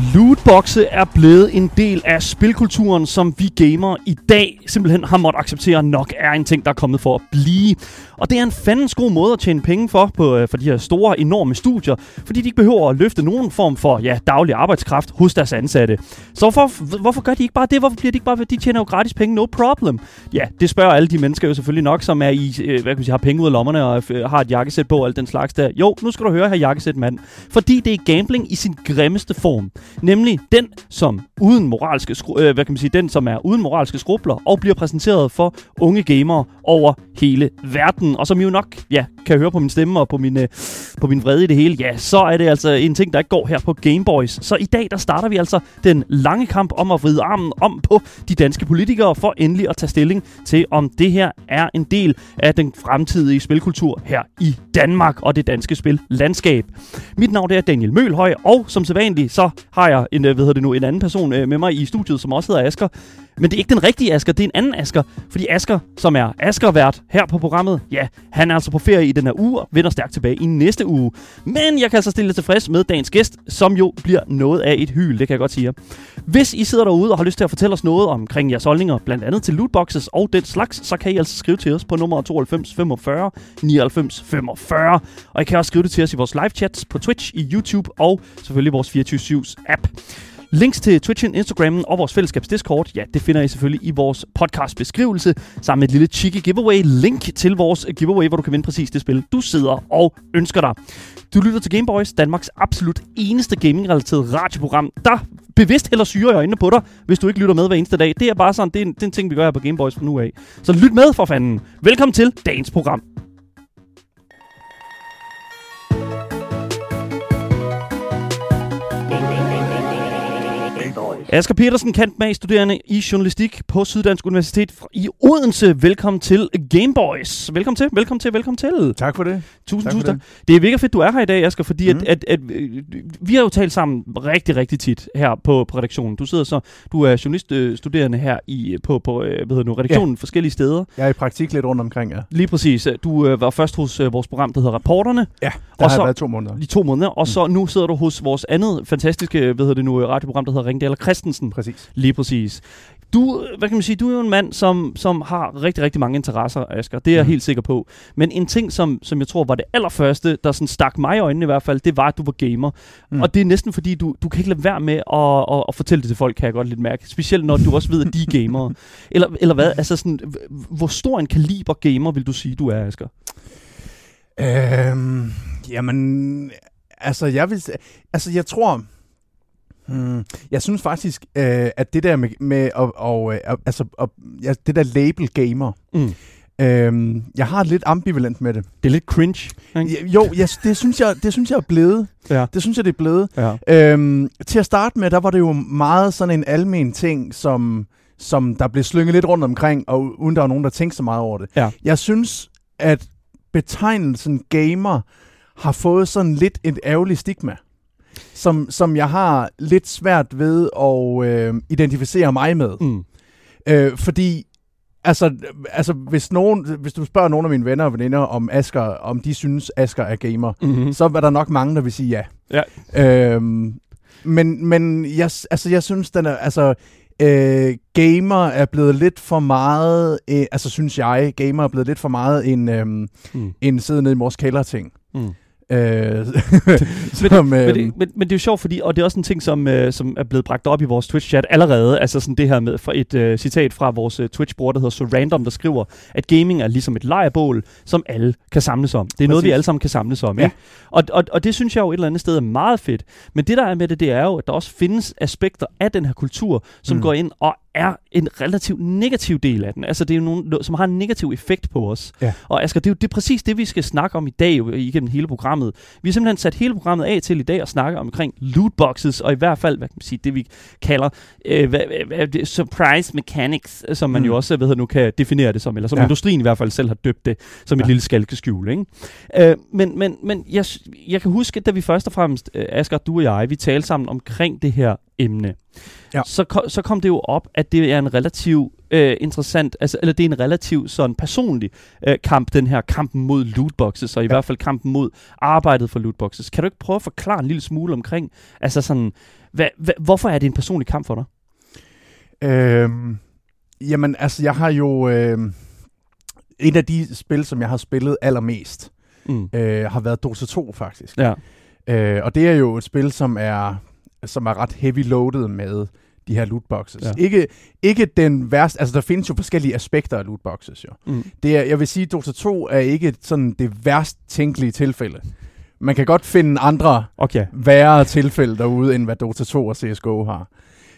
Lootboxe er blevet en del af spilkulturen, som vi gamere i dag simpelthen har måttet acceptere nok er en ting, der er kommet for at blive. Og det er en fandens god måde at tjene penge for de her store, enorme studier, fordi de ikke behøver at løfte nogen form for daglig arbejdskraft hos deres ansatte. Så hvorfor gør de ikke bare det? Hvorfor bliver de ikke bare ved? De tjener jo gratis penge, no problem. Ja, det spørger alle de mennesker jo selvfølgelig nok, som er i, har penge ud af lommerne og har et jakkesæt på og alt den slags der. Jo, nu skal du høre her jakkesæt, mand. Fordi det er gambling i sin grimmeste form. Nemlig den, som uden moralske uden moralske skrubler og bliver præsenteret for unge gamere over hele verden. Og som I jo nok kan høre på min stemme og på min vrede i det hele, så er det altså en ting, der ikke går her på Gameboys. Så i dag, der starter vi altså den lange kamp om at vride armen om på de danske politikere for endelig at tage stilling til, om det her er en del af den fremtidige spilkultur her i Danmark og det danske spillandskab. Mit navn er Daniel Mølhøj, og som sædvanligt, så har jeg en anden person med mig i studiet, som også hedder Asger. Men det er ikke den rigtige Asger, det er en anden Asger. Fordi Asger, som er Asger-vært her på programmet, han er altså på ferie i den her uge og vender stærkt tilbage i næste uge. Men jeg kan altså stille tilfreds med dagens gæst, som jo bliver noget af et hyl, det kan jeg godt sige. Hvis I sidder derude og har lyst til at fortælle os noget omkring jeres holdninger, blandt andet til lootboxes og den slags, så kan I altså skrive til os på nummer 92 45 99 45. Og I kan også skrive det til os i vores live chats på Twitch, i YouTube og selvfølgelig vores 24/7's app. Links til Twitchen, Instagrammen og vores fællesskabs Discord, det finder I selvfølgelig i vores podcast beskrivelse, sammen med et lille cheeky giveaway link til vores giveaway, hvor du kan vinde præcis det spil, du sidder og ønsker dig. Du lytter til Gameboys, Danmarks absolut eneste gaming-relateret radioprogram, der bevidst hælder syre i øjnene på dig, hvis du ikke lytter med hver eneste dag. Det er bare sådan, det er en ting, vi gør her på Gameboys fra nu af. Så lyt med for fanden. Velkommen til dagens program. Asger Petersen, cand.mag-studerende i journalistik på Syddansk Universitet i Odense. Velkommen til Gameboys. Velkommen til. Tak for det. Tusind tak. Det er mega fedt, du er her i dag, Asger, fordi at vi har jo talt sammen rigtig, rigtig tit her på redaktionen. Du er journaliststuderende her på redaktionen forskellige steder. Jeg er i praktik lidt rundt omkring, ja. Lige præcis. Du var først hos vores program, der hedder Reporterne. Ja, der har jeg været 2 måneder. I 2 måneder, og så nu sidder du hos vores andet fantastiske, radioprogram, der hedder Ringdal og Christensen. Præcis. Lige præcis. Du er jo en mand, som har rigtig, rigtig mange interesser, Asger. Det er jeg helt sikker på. Men en ting, som jeg tror var det allerførste, der sådan stak mig i øjnene i hvert fald, det var, at du var gamer. Og det er næsten fordi, du kan ikke lade være med at fortælle det til folk, kan jeg godt lidt mærke. Specielt når du også ved, at de er gamere. Eller hvad? Altså sådan, hvor stor en kaliber gamer vil du sige, du er, Asger? Jeg tror... Jeg synes faktisk, at det der med det der label gamer, jeg har lidt ambivalent med det. Det er lidt cringe, ikke? Jo, det synes jeg er blevet. Ja. Det synes jeg, det er blevet. Ja. Til at starte med, der var det jo meget sådan en almen ting, som der blev slynget lidt rundt omkring, og uden der var nogen, der tænkte så meget over det. Ja. Jeg synes, at betegnelsen gamer har fået sådan lidt et ærgerligt stigma, som jeg har lidt svært ved at identificere mig med. Fordi hvis du spørger nogle af mine venner og veninder om Asger, om de synes Asger er gamer, så er der nok mange, der vil sige ja. Men jeg synes den er gamer er blevet lidt for meget, synes jeg, gamer er blevet lidt for meget en sidde nede i mors kælder-ting. Men det er jo sjovt, fordi, og det er også en ting, som er blevet bragt op i vores Twitch-chat allerede, altså sådan det her med et citat fra vores Twitch-bruger, der hedder So Random, der skriver, at gaming er ligesom et lejrbål, som alle kan samles om. Det er noget, vi alle sammen kan samles om. Ja. Og det synes jeg jo et eller andet sted er meget fedt. Men det, der er med det er jo, at der også findes aspekter af den her kultur, som går ind og er en relativt negativ del af den. Altså det er jo nogen, som har en negativ effekt på os. Ja. Og Asger, det er præcis det, vi skal snakke om i dag igennem hele programmet. Vi har simpelthen sat hele programmet af til i dag at snakke omkring lootboxes, og i hvert fald, hvad kan man sige, det vi kalder surprise mechanics, som man jo også nu kan definere det som, eller som industrien i hvert fald selv har døbt det, som et lille skalkeskjul, ikke? Men jeg kan huske, da vi først og fremmest, Asger, du og jeg, vi talte sammen omkring det her emne. Ja. Så kom det jo op, at det er en relativ interessant, eller det er en relativ sådan personlig kamp, den her kampen mod lootboxes, og i hvert fald kampen mod arbejdet for lootboxes. Kan du ikke prøve at forklare en lille smule omkring, altså sådan, Hvorfor er det en personlig kamp for dig? Jamen, altså, jeg har jo... et af de spil, som jeg har spillet allermest, har været Dota 2, faktisk. Ja. Og det er jo et spil, som er ret heavy loaded med de her lootboxes. Ja. Ikke den værste... Altså, der findes jo forskellige aspekter af lootboxes, jo. Jeg vil sige, at Dota 2 er ikke sådan det værst tænkelige tilfælde. Man kan godt finde andre værre tilfælde derude, end hvad Dota 2 og CSGO har.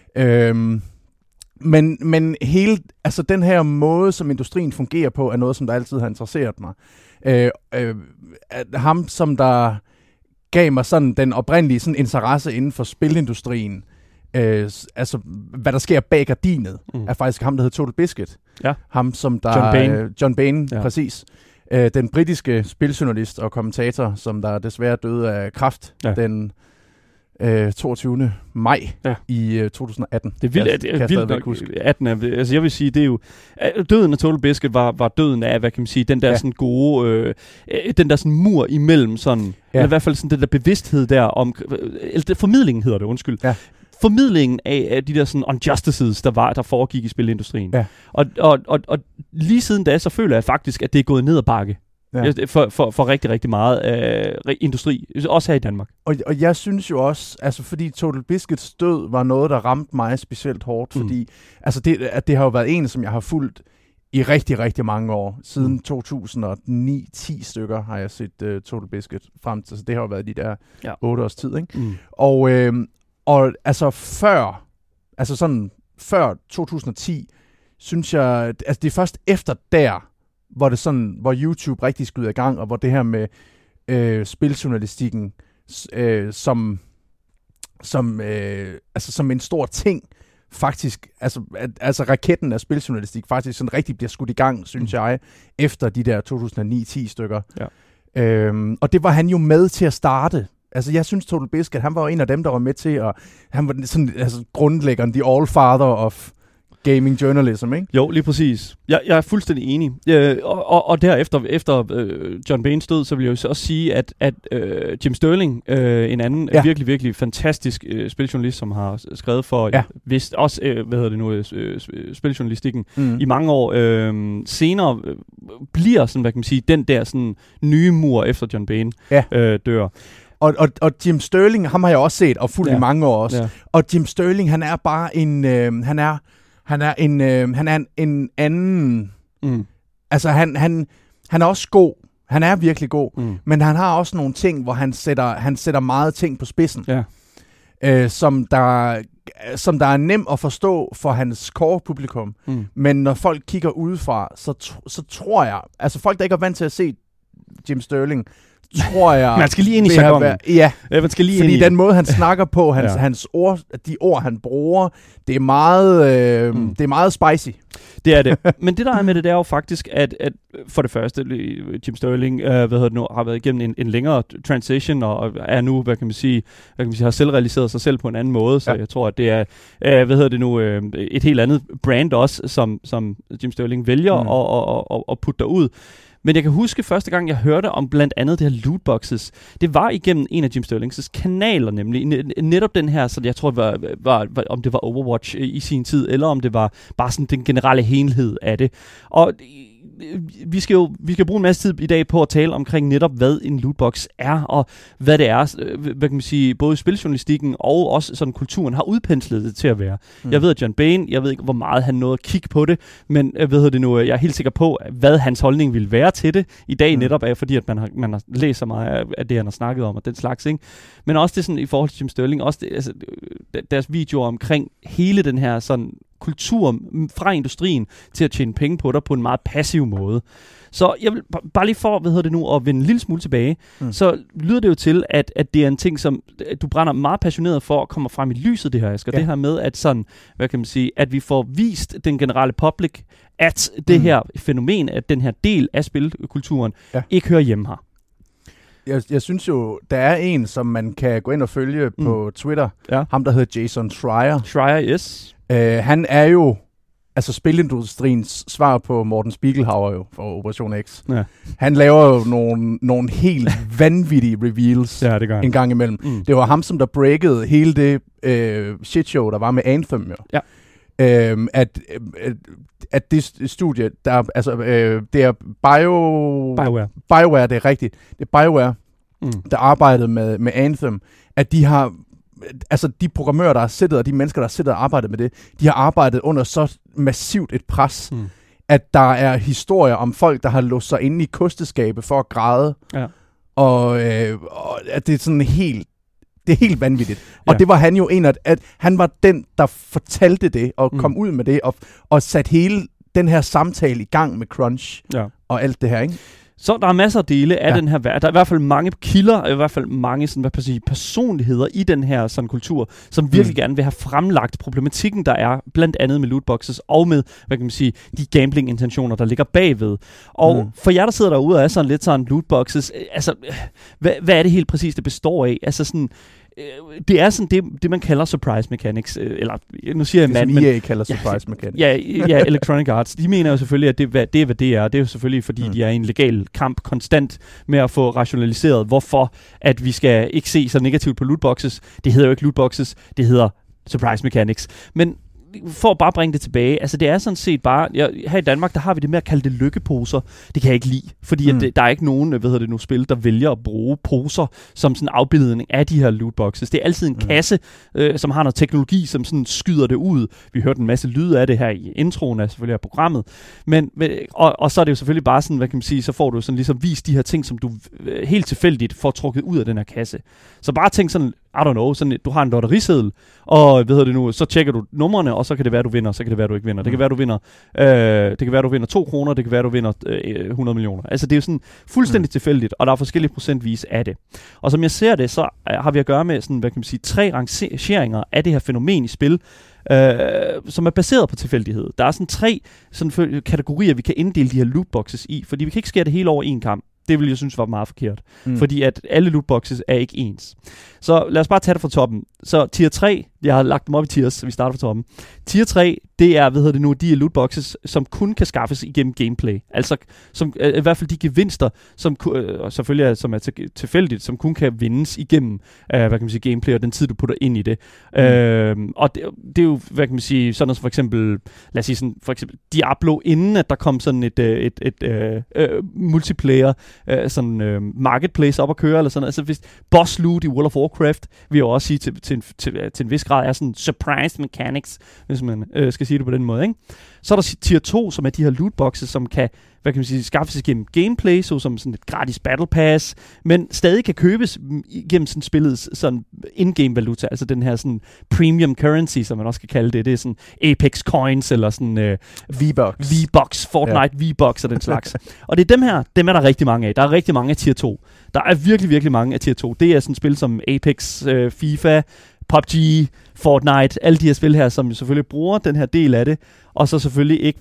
Men hele, altså den her måde, som industrien fungerer på, er noget, som der altid har interesseret mig. Ham, som der gav mig sådan den oprindelige sådan interesse inden for spilindustrien, altså hvad der sker bag gardinet, er faktisk ham, der hedder Total Biscuit. Ja. Ham, som der... John Bain, præcis. Den britiske spiljournalist og kommentator, som der desværre døde af kræft den 22. maj i 2018. Det er vildt nok. 18 altså jeg vil sige, det er jo... Døden af Total Biscuit var døden af, hvad kan man sige, den der sådan gode... den der sådan mur imellem sådan... Eller i hvert fald sådan den der bevidsthed der om... formidlingen hedder det, undskyld. Ja. Formidlingen af de der sådan unjustices, der foregik i spilindustrien. Ja. Og lige siden da, så føler jeg faktisk, at det er gået ned ad bakke. Ja. For rigtig, rigtig meget industri, også her i Danmark. Og jeg synes jo også, altså fordi Total Biscuits død var noget, der ramte mig specielt hårdt, fordi altså det har jo været en, som jeg har fulgt i rigtig, rigtig mange år. Siden 2009-10 stykker har jeg set Total Biscuit frem til, så det har jo været de der 8 års tid, ikke? Og altså før 2010, synes jeg, altså det er først efter der, hvor YouTube rigtig skyder i gang, og hvor det her med spiljournalistikken som en stor ting, faktisk, altså raketten af spiljournalistik faktisk sådan rigtig bliver skudt i gang, synes jeg, efter de der 2009-10 stykker. Ja. Og det var han jo med til at starte. Altså, jeg synes, Total Biscuit, han var jo en af dem, der var med til, og han var sådan, altså, grundlæggeren, the all-father of gaming journalism, ikke? Jo, lige præcis. Jeg er fuldstændig enig. Og derefter, efter John Baines død, så vil jeg jo også sige, at Jim Sterling, en anden virkelig, virkelig fantastisk spiljournalist, som har skrevet for vist også, spiljournalistikken i mange år, senere bliver, sådan, hvad kan man sige, den der sådan nye mur efter John Bain dør. Og Jim Sterling, ham har jeg også set, og fulgt i mange år også. Ja. Og Jim Sterling, han er bare en... Han er en anden... Altså, han er også god. Han er virkelig god. Men han har også nogle ting, hvor han sætter meget ting på spidsen. Ja. Som der er nem at forstå for hans core-publikum. Men når folk kigger udefra, så tror jeg... Altså, folk, der ikke er vant til at se Jim Sterling... tror jeg... Man skal lige ind i jargonen. Ja, man skal lige fordi den måde, han snakker på, hans ord, de ord, han bruger, det er meget spicy. Det er det. Men det, der er med det, det er jo faktisk, at for det første, Jim Sterling har været igennem en længere transition, og er nu, har selvrealiseret sig selv på en anden måde, så jeg tror, at det er, et helt andet brand også, som Jim Sterling vælger at putte derud. Men jeg kan huske første gang, jeg hørte om blandt andet det her lootboxes. Det var igennem en af Jim Sterlings kanaler, nemlig netop den her, så jeg tror, om det var Overwatch i sin tid, eller om det var bare sådan den generelle helhed af det. Og vi skal bruge en masse tid i dag på at tale omkring netop, hvad en lootbox er, og hvad det er, hvad kan man sige, både spiljournalistikken og også sådan kulturen har udpenslet det til at være. Jeg ved, at John Bain, jeg ved ikke, hvor meget han nåede at kigge på det, men jeg er helt sikker på, hvad hans holdning ville være til det i dag, netop af, fordi at man har læst så meget af det, han har snakket om, og den slags, ikke? Men også det sådan, i forhold til Jim Sterling, også det, altså, deres videoer omkring hele den her sådan kultur fra industrien til at tjene penge på dig på en meget passiv måde. Så jeg vil bare lige for, at vende en lille smule tilbage, så lyder det jo til, at det er en ting, som du brænder meget passioneret for at komme frem i lyset, det her, Asger. Det her med, at sådan, hvad kan man sige, at vi får vist den generelle public, at det her fænomen, at den her del af spilkulturen ikke hører hjemme her. Jeg synes jo, der er en, som man kan gå ind og følge på Twitter. Ja. Ham, der hedder Jason Schreier. Schreier, yes. Han er jo altså spilindustriens svar på Morten Spiegelhauer jo, for Operation X. Ja. Han laver jo nogle helt vanvittige reveals en gang imellem. Det var ham, som der breakede hele det shitshow, der var med Anthem jo. Ja. At det studie, der, altså, det er BioWare, det er rigtigt. Det er BioWare, der arbejdede med Anthem, at de har, altså de programmører, der har siddet, og de mennesker, der har siddet og arbejdet med det, de har arbejdet under så massivt et pres, at der er historier om folk, der har låst sig inde i kosteskabe for at græde, og at det er sådan det er helt vanvittigt. Og det var han jo at han var den, der fortalte det, og kom ud med det, og satte hele den her samtale i gang med crunch, og alt det her, ikke? Så der er masser af dele af den her verden. Der er i hvert fald mange kilder, i hvert fald mange sådan, personligheder i den her sådan, kultur, som virkelig gerne vil have fremlagt problematikken, der er blandt andet med lootboxes, og med, hvad kan man sige, de gambling-intentioner, der ligger bagved. Og for jer, der sidder derude og er sådan lidt sådan lootboxes, altså, hvad er det helt præcis, det består af? Altså sådan, det er sådan det man kalder surprise mechanics, eller nu siger jeg men EA kalder surprise mechanics. Ja, Electronic Arts. De mener jo selvfølgelig, at det er, hvad det er. Det er jo selvfølgelig, fordi de er i en legal kamp konstant med at få rationaliseret, hvorfor at vi skal ikke se så negativt på lootboxes. Det hedder jo ikke lootboxes, det hedder surprise mechanics. Men for at bare bringe det tilbage, altså det er sådan set bare, her i Danmark, der har vi det med at kalde det lykkeposer. Det kan jeg ikke lide, fordi at der er ikke nogen, spil, der vælger at bruge poser som sådan en afbildning af de her lootboxes. Det er altid en kasse, som har noget teknologi, som sådan skyder det ud. Vi hørte en masse lyd af det her i introen af selvfølgelig af programmet. Men, og så er det jo selvfølgelig bare sådan, hvad kan man sige, så får du sådan ligesom vist de her ting, som du helt tilfældigt får trukket ud af den her kasse. Så bare tænk sådan, I don't know, sådan, du har en lotteriseddel, og så tjekker du numrene, og så kan det være, du vinder, så kan det være, du ikke vinder. Det kan være, du vinder 2 kroner, det kan være, du vinder 100 millioner. Altså, det er jo sådan fuldstændig tilfældigt, og der er forskellige procentvis af det. Og som jeg ser det, så har vi at gøre med sådan, hvad kan man sige, 3 rangeringer af det her fænomen i spil, som er baseret på tilfældighed. Der er sådan 3 sådan kategorier, vi kan inddele de her lootboxes i, fordi vi kan ikke skære det hele over en kamp. Det vil jeg synes var meget forkert. Fordi at alle lootboxes er ikke ens. Så lad os bare tage det fra toppen. Så tier 3, jeg har lagt dem op i tiers, så vi starter fra toppen. Tier 3, det er, de lootboxes, som kun kan skaffes igennem gameplay. Altså, som, i hvert fald de gevinster, som selvfølgelig som er tilfældigt, som kun kan vindes igennem, gameplay, og den tid, du putter ind i det. Og det er jo, sådan noget som for eksempel, lad os sige sådan, for eksempel Diablo, inden at der kom sådan et multiplayer, marketplace op at køre, eller sådan noget. Altså, hvis boss loot i World of Warcraft, vil jeg også sige til en vis grad, er sådan surprise mechanics, hvis man skal sige det på den måde, ikke? Så er der tier 2, som er de her lootboxes, som kan, skaffes igennem gameplay, så som sådan et gratis battle pass, men stadig kan købes igennem sådan spillets sådan in-game valuta, altså den her sådan premium currency, som man også kan kalde det. Det er sådan Apex coins, eller sådan V-Bucks, Fortnite V-Bucks og den slags. Og det er dem er der rigtig mange af. Der er rigtig mange af tier 2. Der er virkelig, virkelig mange af tier 2. Det er sådan spil som Apex, FIFA, PUBG, Fortnite, alle de her spil her, som selvfølgelig bruger den her del af det, og så selvfølgelig ikke,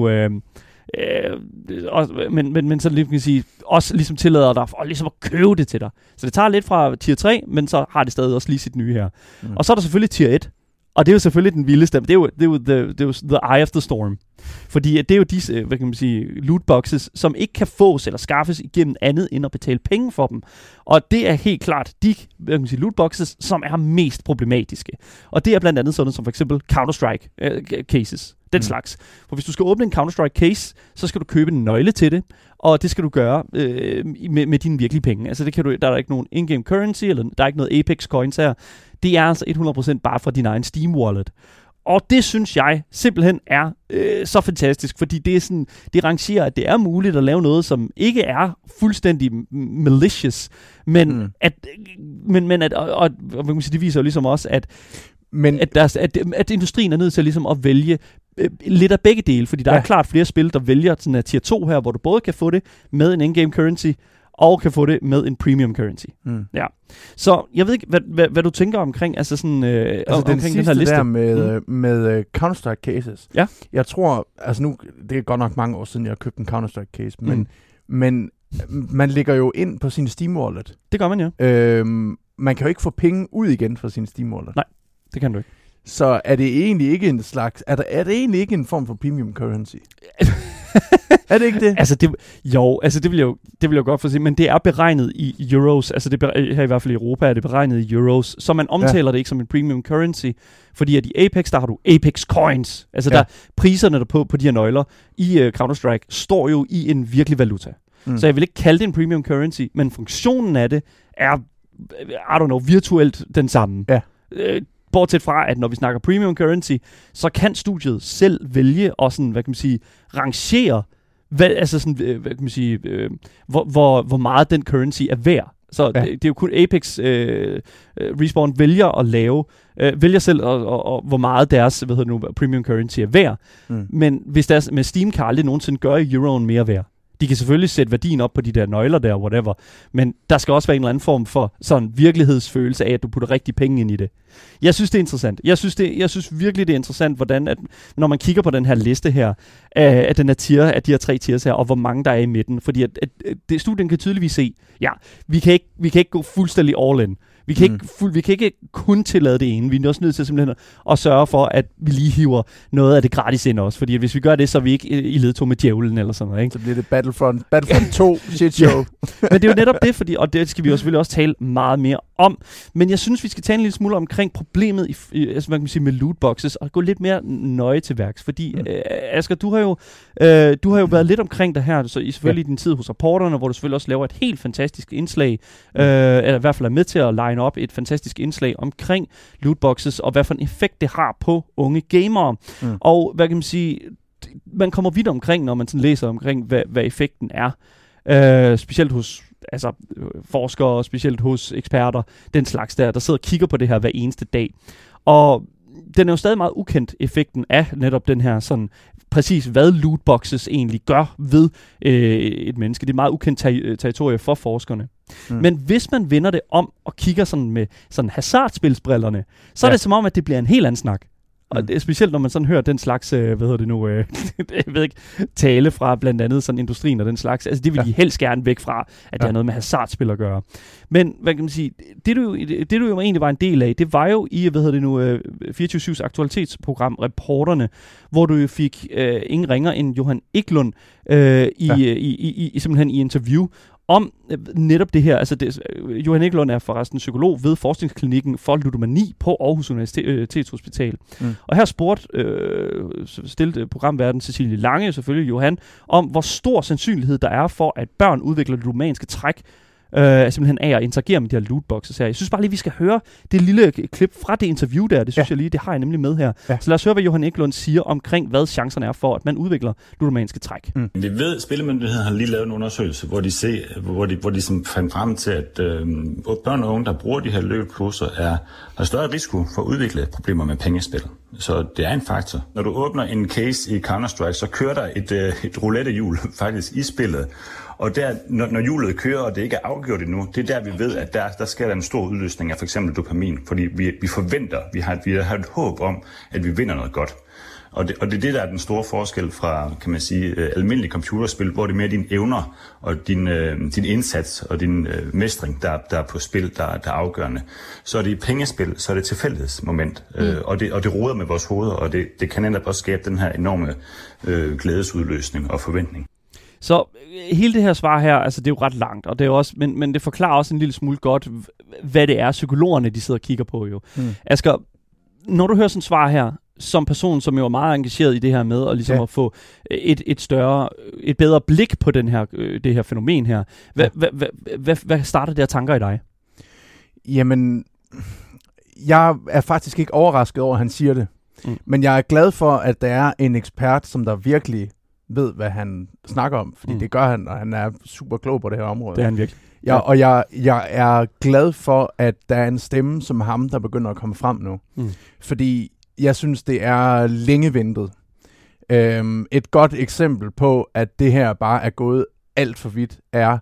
men så lige kan sige, også ligesom tillader dig og ligesom at købe det til dig. Så det tager lidt fra tier 3, men så har det stadig også lige sit nye her. Og så er der selvfølgelig tier 1, og det er jo selvfølgelig den vildeste. Det er jo the eye of the storm. Fordi det er jo disse, lootboxes, som ikke kan fås eller skaffes igennem andet end at betale penge for dem. Og det er helt klart de lootboxes, som er mest problematiske. Og det er blandt andet sådan som for eksempel Counter-Strike cases. Den slags. For hvis du skal åbne en Counter-Strike case, så skal du købe en nøgle til det, og det skal du gøre med dine virkelige penge. Altså der er ikke nogen in-game currency, eller der er ikke noget Apex coins her. Det er altså 100% bare fra din egen Steam wallet. Og det synes jeg simpelthen er så fantastisk, fordi det er sådan, det rangerer, at det er muligt at lave noget, som ikke er fuldstændig malicious, men det viser jo ligesom også, at industrien er nødt til ligesom at vælge lidt af begge dele, fordi der er klart flere spil, der vælger sådan en tier 2 her, hvor du både kan få det med en in-game currency, og kan få det med en premium currency. Ja. Så jeg ved ikke, hvad du tænker omkring, altså sådan omkring den her liste. Der med Counter-Strike cases. Ja. Jeg tror, altså nu, det er godt nok mange år siden, jeg har købt en Counter-Strike case, men man lægger jo ind på sin Steam Wallet. Det gør man, ja. Man kan jo ikke få penge ud igen fra sin Steam Wallet. Nej, det kan du ikke. så er det egentlig ikke en slags... Er det egentlig ikke en form for premium currency? Er det ikke det? Altså det vil jeg godt få at sige, men det er beregnet i euros. Altså her i hvert fald i Europa er det beregnet i euros, så man omtaler det ikke som en premium currency, fordi at i Apex, der har du Apex Coins. Altså der priserne der på de her nøgler i Counter-Strike står jo i en virkelig valuta. Så jeg vil ikke kalde det en premium currency, men funktionen af det er, virtuelt den samme. Ja. Bortset fra, at når vi snakker premium currency, så kan studiet selv vælge og sådan, rangere, hvor meget den currency er værd. Så det er jo kun Apex Respawn vælger selv og hvor meget deres premium currency er værd. Men hvis deres med Steam kan aldrig nogensinde gøre euroen mere værd. De kan selvfølgelig sætte værdien op på de der nøgler der, whatever, men der skal også være en eller anden form for sådan virkelighedsfølelse af, at du putter rigtig penge ind i det. Jeg synes, det er interessant. Jeg synes virkelig, det er interessant, hvordan, at når man kigger på den her liste her, af den her tier, af de her 3 tiers her, og hvor mange der er i midten, fordi at studien kan tydeligvis se, vi kan ikke gå fuldstændig all in. Vi kan ikke kun tillade det ene. Vi er også nødt til simpelthen at sørge for, at vi lige hiver noget af det gratis ind også. Fordi hvis vi gør det, så er vi ikke i ledtog med djævlen eller sådan noget. Ikke? Så bliver det Battlefront 2 shit show. Men det er jo netop det, og det skal vi jo selvfølgelig også tale meget mere om. Men jeg synes, vi skal tale en lille smule omkring problemet med lootboxes og gå lidt mere nøje til værks. Fordi Asger, du har jo været lidt omkring det her, så selvfølgelig i din tid hos Reporterne, hvor du selvfølgelig også laver et helt fantastisk indslag, eller i hvert fald er med til at line op et fantastisk indslag omkring lootboxes, og hvad for en effekt det har på unge gamere. Og hvad kan man sige, man kommer vidt omkring, når man sådan læser omkring, hvad effekten er. Specielt hos forskere, specielt hos eksperter, den slags der sidder og kigger på det her hver eneste dag. Og den er jo stadig meget ukendt, effekten af netop den her sådan, præcis hvad lootboxes egentlig gør ved et menneske. Det er meget ukendt territorie for forskerne. Men hvis man vender det om og kigger sådan med sådan hasardspilsbrillerne, så er det som om, at det bliver en helt anden snak. Og det er specielt, når man sådan hører den slags, tale fra blandt andet sådan industrien og den slags. Altså det vil de helst gerne væk fra, at det har noget med hasardspil at gøre. Men hvad kan man sige, det du jo egentlig var en del af, det var jo i, 24/7's aktualitetsprogram Reporterne, hvor du jo fik ingen ringer end Johan Eklund simpelthen i interview om netop det her. Altså Johan Eklund er forresten psykolog ved forskningsklinikken for ludomani på Aarhus Universitetshospital. Og her stillede programværten Cecilie Lange, selvfølgelig Johan, om hvor stor sandsynlighed der er for, at børn udvikler ludomanske træk, simpelthen af at interagere med de her lootboxes her. Jeg synes bare lige, vi skal høre det lille klip fra det interview der. Det synes jeg lige, det har jeg nemlig med her. Ja. Så lad os høre, hvad Johan Eklund siger omkring, hvad chancerne er for, at man udvikler ludomanske træk. Vi ved, at Spillemyndigheden har lige lavet en undersøgelse, hvor de fandt frem til, at børn og unge, der bruger de her løbkurser, har større risiko for at udvikle problemer med pengespil. Så det er en faktor. Når du åbner en case i Counter-Strike, så kører der et roulette-hjul faktisk i spillet. Og der, når hjulet kører, og det ikke er afgjort endnu, det er der, vi ved, at der sker der en stor udløsning af for eksempel dopamin. Fordi vi forventer, vi har et håb om, at vi vinder noget godt. Og det er det, der er den store forskel fra, kan man sige, almindelige computerspil, hvor det er mere dine evner og din indsats og din mestring, der er på spil, der er afgørende. Så er det i pengespil, så er det tilfældighedsmoment, og det roder med vores hoveder, og det kan netop også skabe den her enorme glædesudløsning og forventning. Så hele det her svar her, altså det er jo ret langt, og det er også, men det forklarer også en lille smule godt, hvad det er, psykologerne de sidder og kigger på jo. Asger, når du hører sådan et svar her, som person, som jo er meget engageret i det her med, og ligesom at få et bedre blik på det her fænomen her, hvad starter der tanker i dig? Jamen, jeg er faktisk ikke overrasket over, at han siger det. Men jeg er glad for, at der er en ekspert, som der virkelig ved, hvad han snakker om, fordi det gør han, og han er super klog på det her område. Det er han virkelig. Ja, og jeg er glad for, at der er en stemme som ham, der begynder at komme frem nu. Fordi jeg synes, det er længe ventet. Et godt eksempel på, at det her bare er gået alt for vidt, er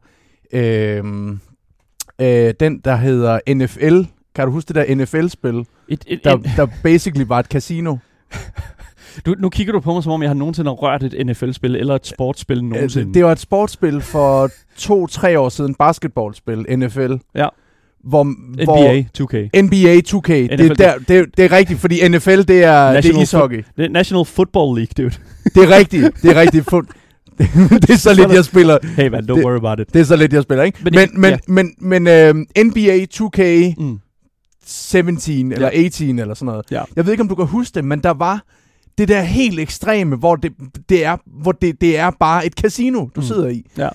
den, der hedder NFL. Kan du huske det der NFL-spil? Der basically var et casino. Nu kigger du på mig, som om jeg har nogensinde rørt et NFL-spil eller et sportsspil nogensinde. Det var et sportsspil for 2-3 år siden, basketballspil, NFL, NBA 2K. NBA 2K. Det er rigtigt, fordi NFL, det er ishockey. Det er National Football League, dude. Det er rigtigt. Det er så lidt, jeg spiller. Hey man, don't worry about it. Det er så lidt, jeg spiller, ikke? Men NBA 2K 17 eller 18 eller sådan noget. Ja. Jeg ved ikke, om du kan huske det, men der var det der helt ekstreme, hvor det er bare et casino, du sidder i. Ja.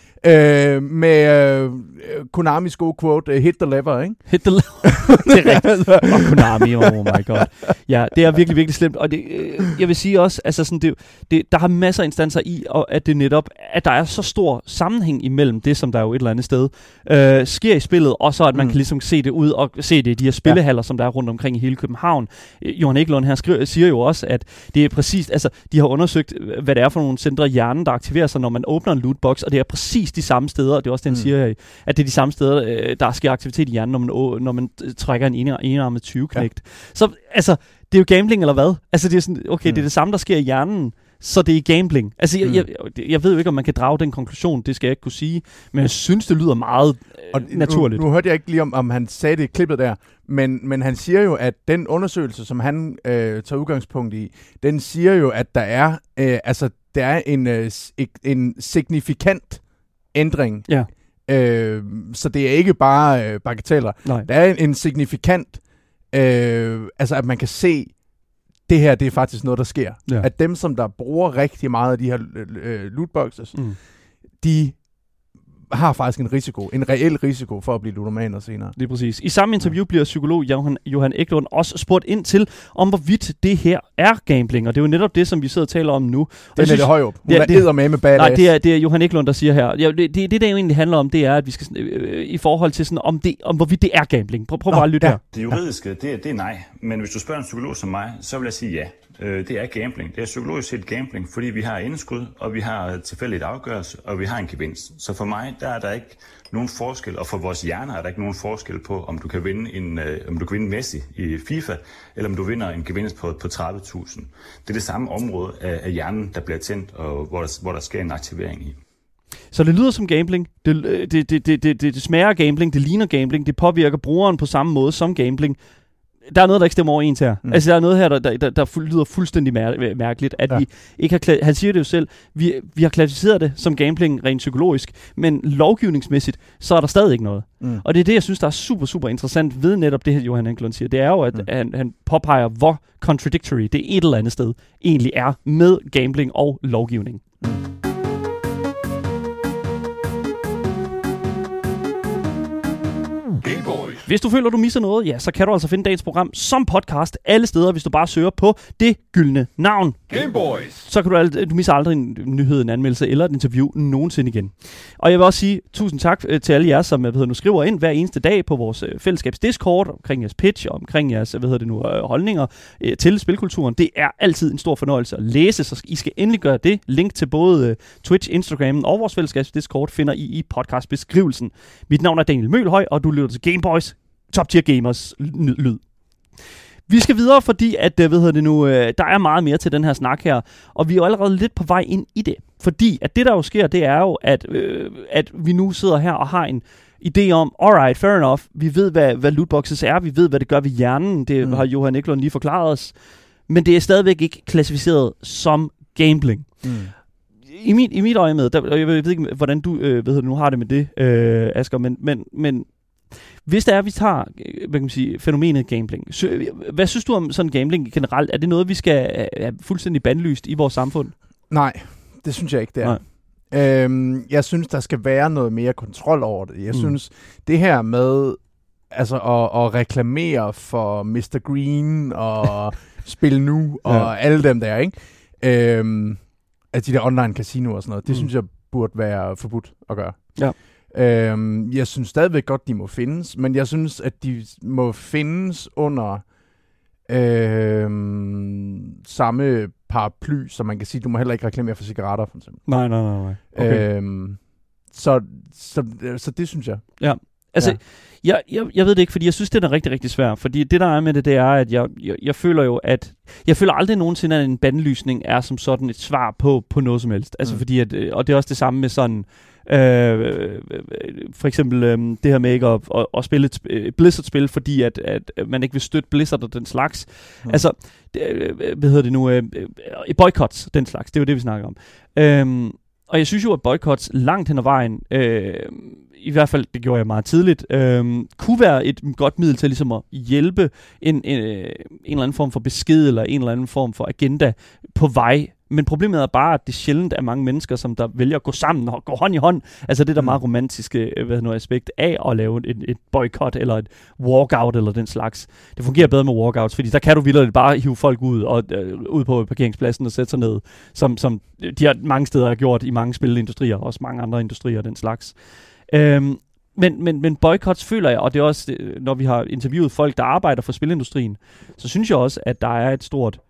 Med Konamis gode quote, hit the lever, ikke? Hit the lever. Det er rigtigt. Og Konami, oh my god. Ja, det er virkelig, virkelig slemt. Og det, jeg vil sige også, altså sådan, der har masser af instanser i, og at det netop, at der er så stor sammenhæng imellem det, som der jo et eller andet sted sker i spillet, og så at man kan ligesom se det ud, og se det i de her spillehaller, som der er rundt omkring i hele København. Johan Eklund her siger jo også, at det er præcis, altså de har undersøgt, hvad det er for nogle centre i hjernen, der aktiverer sig, når man åbner en lootbox, og det er præcis de samme steder, og det er også det, han siger her, at det er de samme steder, der sker aktivitet i hjernen, når man trækker en enarmet 20-knægt. Ja. Så altså, det er jo gambling, eller hvad? Altså, det er sådan, okay, det er det samme, der sker i hjernen, så det er gambling. Altså, jeg ved jo ikke, om man kan drage den konklusion, det skal jeg ikke kunne sige, men jeg synes, det lyder meget naturligt. Nu hørte jeg ikke lige, om han sagde det i klippet der, men han siger jo, at den undersøgelse, som han tager udgangspunkt i, den siger jo, at der er en signifikant ændring. Ja. Så det er ikke bare bagateller. Nej. Der er en signifikant, altså at man kan se, det her, det er faktisk noget, der sker. Ja. At dem, som der bruger rigtig meget af de her lootboxes, de har faktisk en reel risiko for at blive ludomaner senere. Det er præcis. I samme interview bliver psykolog Johan Eklund også spurgt ind til, om hvorvidt det her er gambling, og det er jo netop det, som vi sidder og taler om nu. Det er lidt højt. Hun er eddermame badass. Nej, det er Johan Eklund, der siger her. Det der jo egentlig handler om, det er, at vi skal i forhold til sådan, om hvorvidt det er gambling. Prøv bare at lytte her. Det juridiske, det er nej. Men hvis du spørger en psykolog som mig, så vil jeg sige ja. Det er gambling. Det er psykologisk set gambling, fordi vi har indskud, og vi har tilfældigt afgørelse, og vi har en gevinst. Så for mig, der er der ikke nogen forskel, og for vores hjerner er der ikke nogen forskel på, om du kan vinde Messi i FIFA, eller om du vinder en gevinst på 30.000. Det er det samme område af hjernen, der bliver tændt, og hvor der sker en aktivering i. Så det lyder som gambling, det smager af gambling, det ligner gambling, det påvirker brugeren på samme måde som gambling. Der er noget, der ikke stemmer overens her. Altså, der er noget her, der lyder fuldstændig mærkeligt, at vi ikke har han siger det jo selv, vi har klassificeret det som gambling rent psykologisk, men lovgivningsmæssigt, så er der stadig ikke noget. Og det er det, jeg synes, der er super, super interessant ved netop det her, Johan Eklund siger. Det er jo, at han påpeger, hvor contradictory det et eller andet sted egentlig er med gambling og lovgivning. Hvis du føler, du misser noget, ja, så kan du altså finde dagens program som podcast alle steder, hvis du bare søger på det gyldne navn. Gameboys! Så kan du misser aldrig en nyhed, en anmeldelse eller et interview nogensinde igen. Og jeg vil også sige tusind tak til alle jer, som nu skriver ind hver eneste dag på vores fællesskabs Discord, omkring jeres pitch og omkring jeres holdninger til spilkulturen. Det er altid en stor fornøjelse at læse, så I skal endelig gøre det. Link til både Twitch, Instagram og vores fællesskabs Discord finder I i podcastbeskrivelsen. Mit navn er Daniel Mølhøj, og du lytter til Gameboys. Top Tier Gamers lyd. Vi skal videre, fordi at, der er meget mere til den her snak her, og vi er jo allerede lidt på vej ind i det. Fordi at det, der jo sker, det er jo, at vi nu sidder her og har en idé om, alright, fair enough, vi ved, hvad lootboxes er, vi ved, hvad det gør ved hjernen, det har Johan Eklund lige forklaret os, men det er stadigvæk ikke klassificeret som gambling. I mit øje med, jeg ved ikke, hvordan du nu har det med det, Asger, men hvis det er, at vi tager fænomenet gambling, hvad synes du om sådan gambling generelt? Er det noget, vi skal have fuldstændig bandlyst i vores samfund? Nej, det synes jeg ikke, det er. Jeg synes, der skal være noget mere kontrol over det. Jeg synes, det her med altså at reklamere for Mr. Green og Spil Nu og alle dem der, ikke? At de der online casinoer og sådan noget, det synes jeg burde være forbudt at gøre. Ja. Jeg synes stadigvæk godt, de må findes, men jeg synes, at de må findes under samme paraply, så man kan sige, du må heller ikke reklamere for cigaretter, for eksempel. Nej. Okay. Så det synes jeg. Ja. Altså, jeg ved det ikke, fordi jeg synes, det er rigtig, rigtig svært. Fordi det, der er med det er, at jeg føler jo, at jeg føler aldrig nogensinde, at en bandlysning er som sådan et svar på noget som helst. Altså, fordi at, og det er også det samme med sådan For eksempel det her med ikke at spille et Blizzard-spil, fordi at man ikke vil støtte Blizzard og den slags. Altså, hvad hedder det nu? Boycotts, den slags. Det er jo det, vi snakker om. Og jeg synes jo, at boycotts langt hen ad vejen, i hvert fald, det gjorde jeg meget tidligt, kunne være et godt middel til ligesom at hjælpe en eller anden form for besked, eller en eller anden form for agenda på vej. Men problemet er bare, at det sjældent er mange mennesker, som der vælger at gå sammen og gå hånd i hånd. Altså det der meget romantiske aspekt af at lave et boykot eller et walkout eller den slags. Det fungerer bedre med walkouts, fordi der kan du vildt bare hive folk ud og ud på parkeringspladsen og sætte sig ned, som de har mange steder har gjort i mange spilindustrier, og også mange andre industrier den slags. Men boycotts føler jeg, og det er også, når vi har interviewet folk, der arbejder for spilindustrien, så synes jeg også, at der er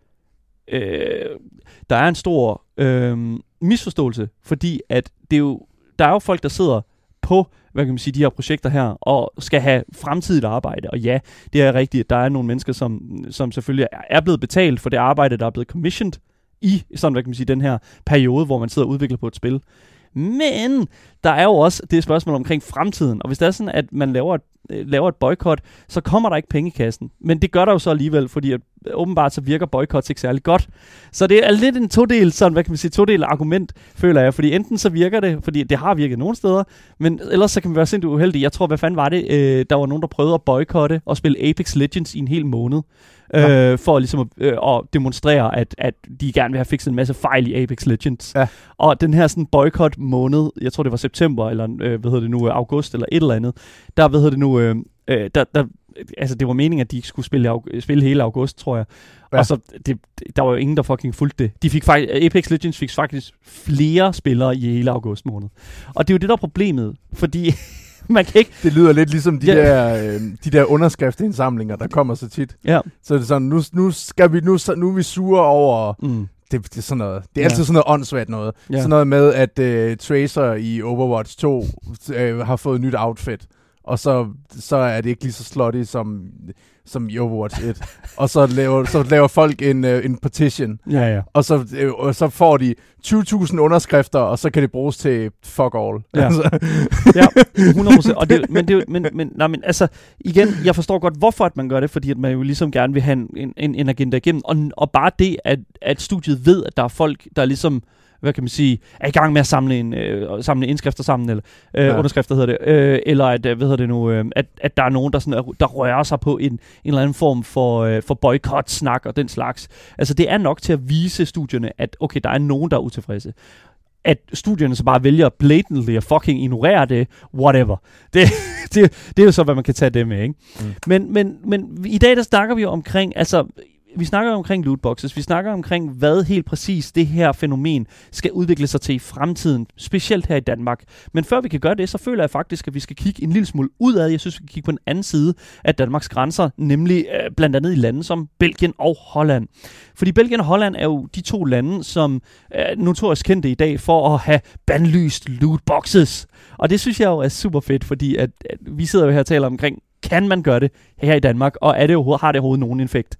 en stor misforståelse, fordi at det er jo, der er jo folk, der sidder på, hvad kan man sige, de her projekter her, og skal have fremtidigt arbejde. Og ja, det er rigtigt, at der er nogle mennesker, som selvfølgelig er blevet betalt for det arbejde, der er blevet commissioned i sådan, hvad kan man sige, den her periode, hvor man sidder og udvikler på et spil. Men der er jo også det spørgsmål omkring fremtiden, og hvis det er sådan, at man laver et boykot, så kommer der ikke penge i kassen. Men det gør der jo så alligevel, fordi at åbenbart så virker boykots ikke særlig godt. Så det er lidt en todel argument, føler jeg, fordi enten så virker det, fordi det har virket nogle steder, men ellers så kan man være sindssygt uheldig. Jeg tror, hvad fanden var det? Der var nogen, der prøvede at boykotte og spille Apex Legends i en hel måned, for ligesom at demonstrere, at de gerne vil have fikset en masse fejl i Apex Legends. Ja. Og den her sådan boykot måned, jeg tror det var september, eller august, eller et eller andet, altså det var meningen, at de ikke skulle spille hele august, tror jeg. Ja. Og så, der var jo ingen, der fucking fulgte det. Apex Legends fik faktisk flere spillere i hele august måned. Og det er jo det, der er problemet, fordi man kan ikke... Det lyder lidt ligesom de der underskriftsindsamlinger, der kommer så tit. Ja. Så det er sådan, nu er vi sure over... Det er sådan noget. Det er altid sådan noget åndssvagt noget. Ja. Sådan noget med, at Tracer i Overwatch 2 har fået et nyt outfit. Og så er det ikke lige så slutty som i Overwatch 1. Og så laver folk en petition. Ja. Og så får de 20.000 underskrifter, og så kan det bruges til fuck all. Ja, ja 100%. Men altså, igen, jeg forstår godt, hvorfor at man gør det, fordi at man jo ligesom gerne vil have en agenda igennem. Og bare det, at studiet ved, at der er folk, der ligesom... hvad kan man sige, er i gang med at samle indskrifter sammen, eller underskrifter hedder det, eller at, at der er nogen, der rører sig på en eller anden form for boykot-snak og den slags. Altså det er nok til at vise studierne, at okay, der er nogen, der er utilfredse. At studierne så bare vælger blatantly at fucking ignorere det, whatever. Det er jo så, hvad man kan tage det med, ikke? Men i dag, der snakker vi jo omkring, altså... Vi snakker omkring lootboxes, vi snakker omkring, hvad helt præcis det her fænomen skal udvikle sig til i fremtiden, specielt her i Danmark. Men før vi kan gøre det, så føler jeg faktisk, at vi skal kigge en lille smule udad. Jeg synes, vi kan kigge på den anden side af Danmarks grænser, nemlig blandt andet i lande som Belgien og Holland. Fordi Belgien og Holland er jo de to lande, som er notorisk kendte i dag for at have bandlyst lootboxes. Og det synes jeg jo er super fedt, fordi at vi sidder jo her og taler omkring, kan man gøre det her i Danmark, og har det overhovedet nogen effekt?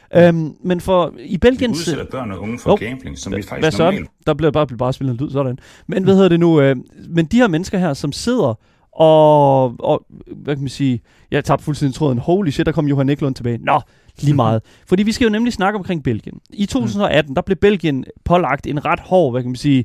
Men for i Belgien... Vi udsætter børn og unge for gambling, som vi faktisk normalt... Der bliver bare spillet en lyd, sådan. Men men de her mennesker her, som sidder og hvad kan man sige... Jeg tabte fuldstændig tråden. Holy shit, der kom Johan Eklund tilbage. Nå, lige meget. Fordi vi skal jo nemlig snakke omkring Belgien. I 2018, der blev Belgien pålagt en ret hård, hvad kan man sige...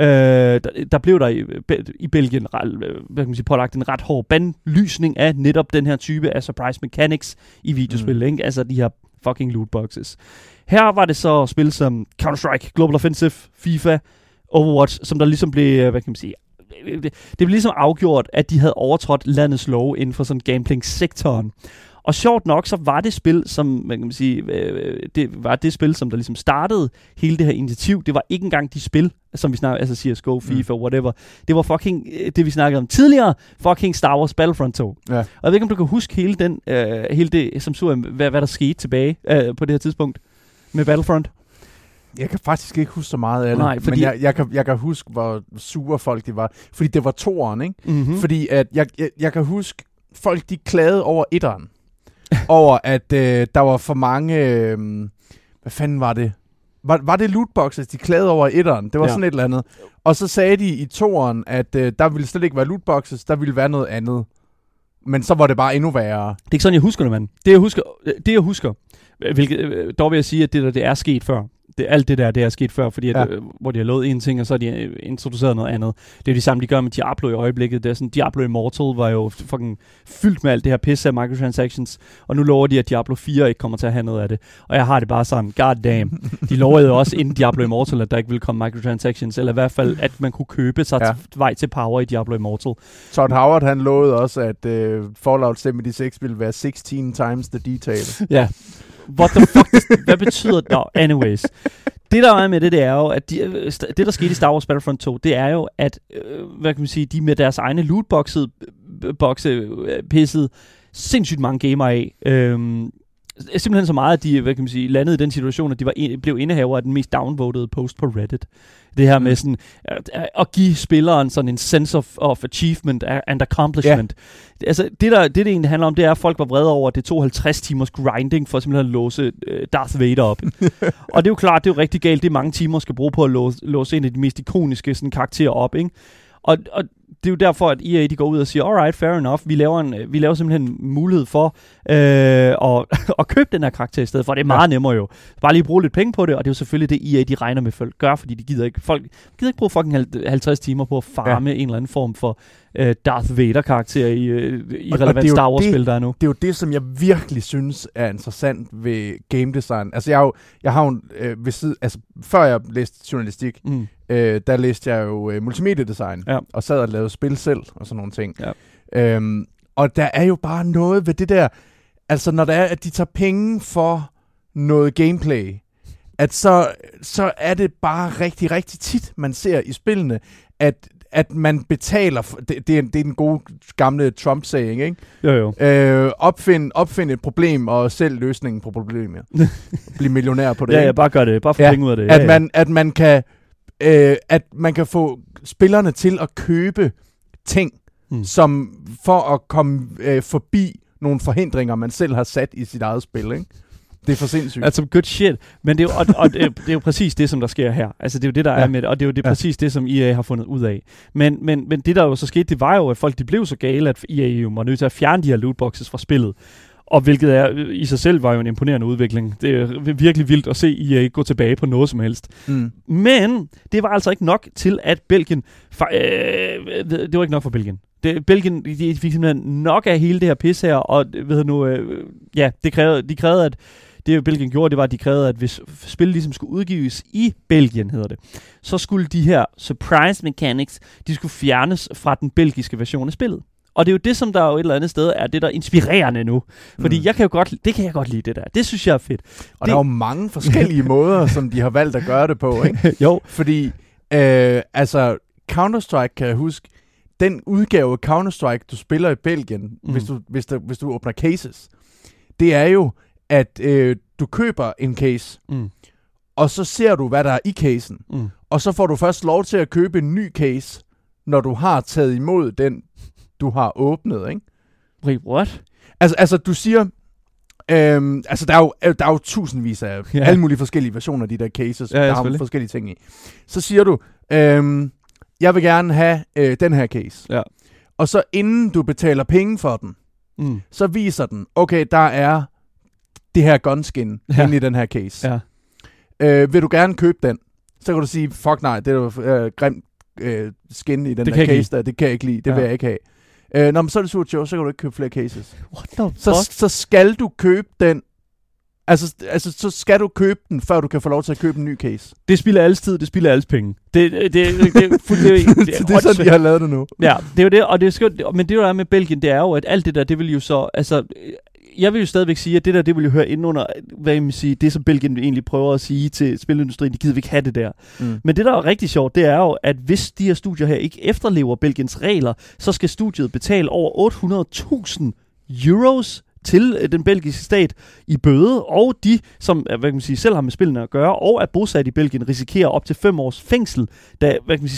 der blev der i Belgien hvad kan man sige, pålagt en ret hård bandlysning af netop den her type af surprise mechanics i videospil, ikke? Altså de her fucking lootboxes. Her var det så spil som Counter-Strike, Global Offensive, FIFA, Overwatch, som der ligesom blev, hvad kan man sige, det blev ligesom afgjort, at de havde overtrådt landets love inden for sådan gambling-sektoren. Og sjovt nok, så var det spil, som man kan sige, det var det spil, som der ligesom startede hele det her initiativ. Det var ikke engang de spil, som vi snakkede, altså CSGO, FIFA, whatever. Det var fucking det, vi snakkede om tidligere, fucking Star Wars Battlefront 2. Ja. Og jeg ved ikke, om du kan huske hele det, som så, hvad der skete tilbage på det her tidspunkt med Battlefront. Jeg kan faktisk ikke huske så meget af det, nej, fordi... men jeg kan huske, hvor sure folk de var. Fordi det var toeren, ikke? Mm-hmm. Fordi at jeg kan huske, folk de klagede over etteren. Over at der var for mange... hvad fanden var det? Var det lootboxes, de klagede over i 1'eren? Det var sådan et eller andet. Og så sagde de i 2'eren, at der ville slet ikke være lootboxes, der ville være noget andet. Men så var det bare endnu værre. Det er ikke sådan, jeg husker det, mand. Det jeg husker, hvilket, dog vil jeg sige, at det er sket før. Alt det der, det er sket før, fordi hvor de har lovet en ting, og så har de introduceret noget andet. Det er jo det samme, de gør med Diablo i øjeblikket. Det er sådan, Diablo Immortal var jo fucking fyldt med alt det her pisse af microtransactions, og nu lover de, at Diablo 4 ikke kommer til at have noget af det. Og jeg har det bare sådan, god damn. De lovede jo også inden Diablo Immortal, at der ikke ville komme microtransactions, eller i hvert fald, at man kunne købe sig vej til power i Diablo Immortal. Todd Howard, han lovede også, at Fallout 76 ville være 16 times the detail. Ja. What the fuck? Hvad betyder det? No, anyways. Det der er med det er jo, at det der skete i Star Wars Battlefront 2, det er jo, at hvad kan man sige, de med deres egne lootboxe pissede sindssygt mange gamer af. Simpelthen så meget, at de, hvad kan man sige, landede i den situation, at de blev indehaver af den mest downvotede post på Reddit. Det her med sådan, at give spilleren sådan en sense of achievement and accomplishment. Yeah. Altså, det egentlig handler om, det er, at folk var vrede over, at det tog 50 timers grinding for simpelthen at låse Darth Vader op. Og det er jo klart, det er jo rigtig galt. Det er mange timer, skal bruge på at låse en af de mest ikoniske sådan, karakterer op, ikke? Og det er jo derfor, at EA de går ud og siger, alright, fair enough, vi laver simpelthen mulighed for at købe den her karakter i stedet for. Det er meget nemmere jo. Bare lige bruge lidt penge på det, og det er jo selvfølgelig det, EA de regner med folk gør, fordi folk gider ikke bruge fucking 50 timer på at farme en eller anden form for Darth Vader-karakter i relevant Star Wars-spil, der er nu. Det er jo det, som jeg virkelig synes er interessant ved game design. Altså, jeg har jo ved siden, altså, før jeg læste journalistik, der læste jeg jo multimediedesign, og sad og lavede spil selv, og sådan nogle ting. Ja. Og der er jo bare noget ved det der, altså når der er, at de tager penge for noget gameplay, at så er det bare rigtig, rigtig tit, man ser i spillene, at man betaler, det er den gode gamle Trump-saying, ikke? Jo. Opfind et problem, og selv løsningen på problemet. Bliv millionær på det. Ja, bare gør det. Bare få penge ud af det. At man kan få spillerne til at købe ting, som for at komme forbi nogle forhindringer, man selv har sat i sit eget spil, ikke? Det er for sindssygt. Altså, good shit. Men det er jo, det er jo præcis det, som der sker her. Altså, det er jo det, der er med det, og det er jo præcis det, som EA har fundet ud af. Men det, der jo så skete, det var jo, at folk de blev så gale, at EA jo var nødt til at fjerne de her lootboxes fra spillet. Og hvilket er, i sig selv var jo en imponerende udvikling. Det er virkelig vildt at se EA gå tilbage på noget som helst. Men det var altså ikke nok til, at Belgien... det var ikke nok for Belgien. Belgien, de fik simpelthen nok af hele det her pis her, og de krævede, at det Belgien gjorde, det var, at de krævede, at hvis spillet ligesom skulle udgives i Belgien, hedder det, så skulle de her surprise mechanics, de skulle fjernes fra den belgiske version af spillet. Og det er jo det, som der jo et eller andet sted er det, der er inspirerende nu. Fordi det kan jeg godt lide, det der. Det synes jeg er fedt. Og der er jo mange forskellige måder, som de har valgt at gøre det på, ikke? Jo. Fordi, Counter-Strike, kan jeg huske, den udgave af Counter-Strike, du spiller i Belgien, hvis du åbner cases, det er jo, at du køber en case, og så ser du, hvad der er i casen. Og så får du først lov til at købe en ny case, når du har taget imod den, du har åbnet, ikke? Wait, what? Altså du siger, der er jo tusindvis af alle mulige forskellige versioner af de der cases, der har forskellige ting i. Så siger du, jeg vil gerne have den her case. Ja. Og så inden du betaler penge for den, så viser den, okay, der er det her gunskin inde i den her case. Ja. Vil du gerne købe den? Så kan du sige, fuck nej, det er grimt skin i den der case der, det kan jeg ikke lide, det vil jeg ikke have. Men så er det surt, så kan du ikke købe flere cases. Så skal du købe den. Altså, så skal du købe den, før du kan få lov til at købe en ny case. Det spilder alles tid, det spilder alles penge. Det er sådan, de har lavet det nu. Ja, det er jo det, og det er skønt. Men det, der er med Belgien, det er jo, at alt det der, det vil jo så... Altså, jeg vil jo stadigvæk sige, at det der, det vil jo høre ind under, hvad jeg vil sige, det som Belgien egentlig prøver at sige til spilindustrien, de gider ikke have det der. Men det, der er rigtig sjovt, det er jo, at hvis de her studier her ikke efterlever Belgiens regler, så skal studiet betale over 800.000 euros til den belgiske stat i bøde, og de, som hvad kan man sige, selv har med spillene at gøre, og er bosat i Belgien, risikerer op til 5 års fængsel, da hvad kan man sige, sagen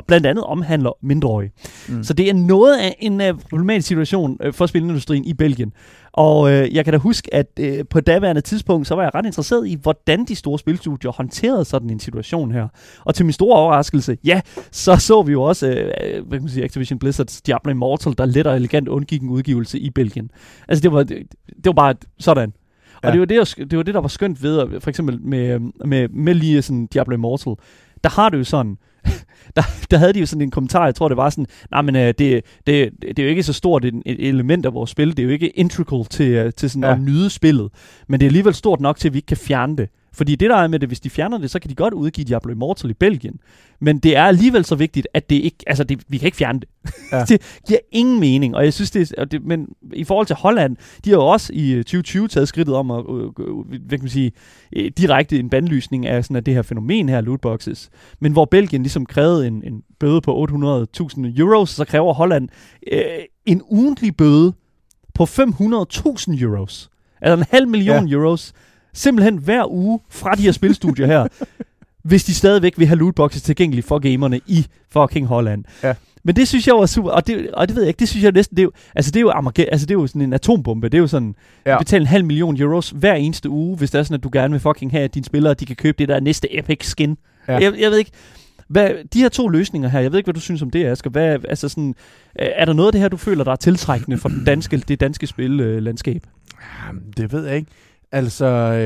blandt andet omhandler mindreårige. Så det er noget af en problematisk situation for spilindustrien i Belgien. Og jeg kan da huske, at på daværende tidspunkt, så var jeg ret interesseret i, hvordan de store spilstudier håndterede sådan en situation her. Og til min store overraskelse, så vi jo også, hvad kan man sige, Activision Blizzards Diablo Immortal, der let og elegant undgik en udgivelse i Belgien. Altså det var bare sådan. Og det var det, der var skønt ved, for eksempel med lige sådan Diablo Immortal. Der har det jo sådan, der havde de jo sådan en kommentar, jeg tror det var sådan, nej, men det er jo ikke så stort et element af vores spil, det er jo ikke integral til sådan at nyde spillet, men det er alligevel stort nok til, at vi ikke kan fjerne det. Fordi det der er med det, hvis de fjerner det, så kan de godt udgive Diablo Immortal i Belgien. Men det er alligevel så vigtigt, at det ikke, vi kan ikke fjerne det. Ja. Det giver ingen mening, og jeg synes men i forhold til Holland, de har jo også i 2020 taget skridtet om at, hvad kan man sige, direkte en bandlysning af sådan af det her fænomen her, lootboxes. Men hvor Belgien ligesom krævede en bøde på 800.000 euros, så kræver Holland en ugentlig bøde på 500.000 euros. Altså 500.000 euros. Simpelthen hver uge fra de her spilstudier her, hvis de stadigvæk vil have lootboxes tilgængelige for gamerne i fucking Holland. Ja. Men det synes jeg var super, og det ved jeg ikke, det synes jeg næsten, det er jo sådan en atombombe, det er jo sådan, betale 500.000 euros hver eneste uge, hvis det er sådan, at du gerne vil fucking have, at dine spillere, de kan købe det der næste epic skin. Ja. Jeg ved ikke, de her to løsninger her, jeg ved ikke, hvad du synes om det, Asger. Er der noget af det her, du føler, der er tiltrækkende for det danske spillandskab? Det ved jeg ikke. Altså,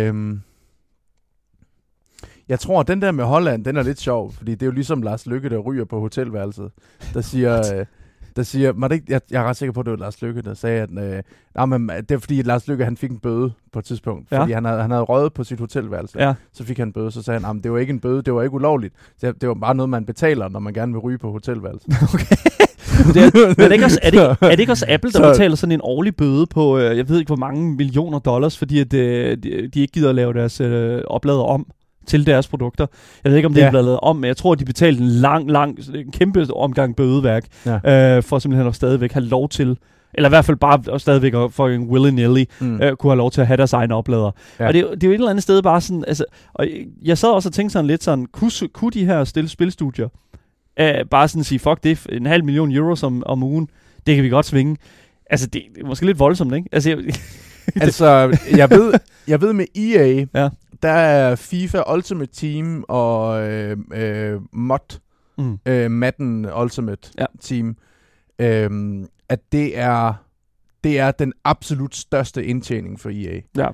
jeg tror, at den der med Holland, den er lidt sjov, fordi det er jo ligesom Lars Løkke, der ryger på hotelværelset, der siger, jeg er ret sikker på, at det var Lars Løkke, der sagde, at det er fordi, Lars Løkke, han fik en bøde på et tidspunkt, fordi han havde røget på sit hotelværelse, så fik han en bøde, så sagde han, det var ikke en bøde, det var ikke ulovligt, det var bare noget, man betaler, når man gerne vil ryge på hotelværelset. Okay. Er det ikke også Apple, der betaler sådan en årlig bøde på, jeg ved ikke hvor mange millioner dollars, fordi at, de ikke gider at lave deres oplader om til deres produkter. Jeg ved ikke, om det er blevet lavet om, men jeg tror, at de betalte en kæmpe omgang bødeværk, for simpelthen at stadigvæk have lov til, eller i hvert fald bare stadigvæk for en willy-nilly kunne have lov til at have deres egne oplader. Ja. Og det er jo et eller andet sted bare sådan, altså, og jeg sad også og tænkte sådan lidt sådan, kunne de her spilstudier bare sådan sige, fuck det, 500.000 euros om ugen, det kan vi godt svinge. Altså, det er måske lidt voldsomt, ikke? Altså, jeg ved med EA, der er FIFA Ultimate Team og Madden Ultimate Team, at det er den absolut største indtjening for EA. Ja.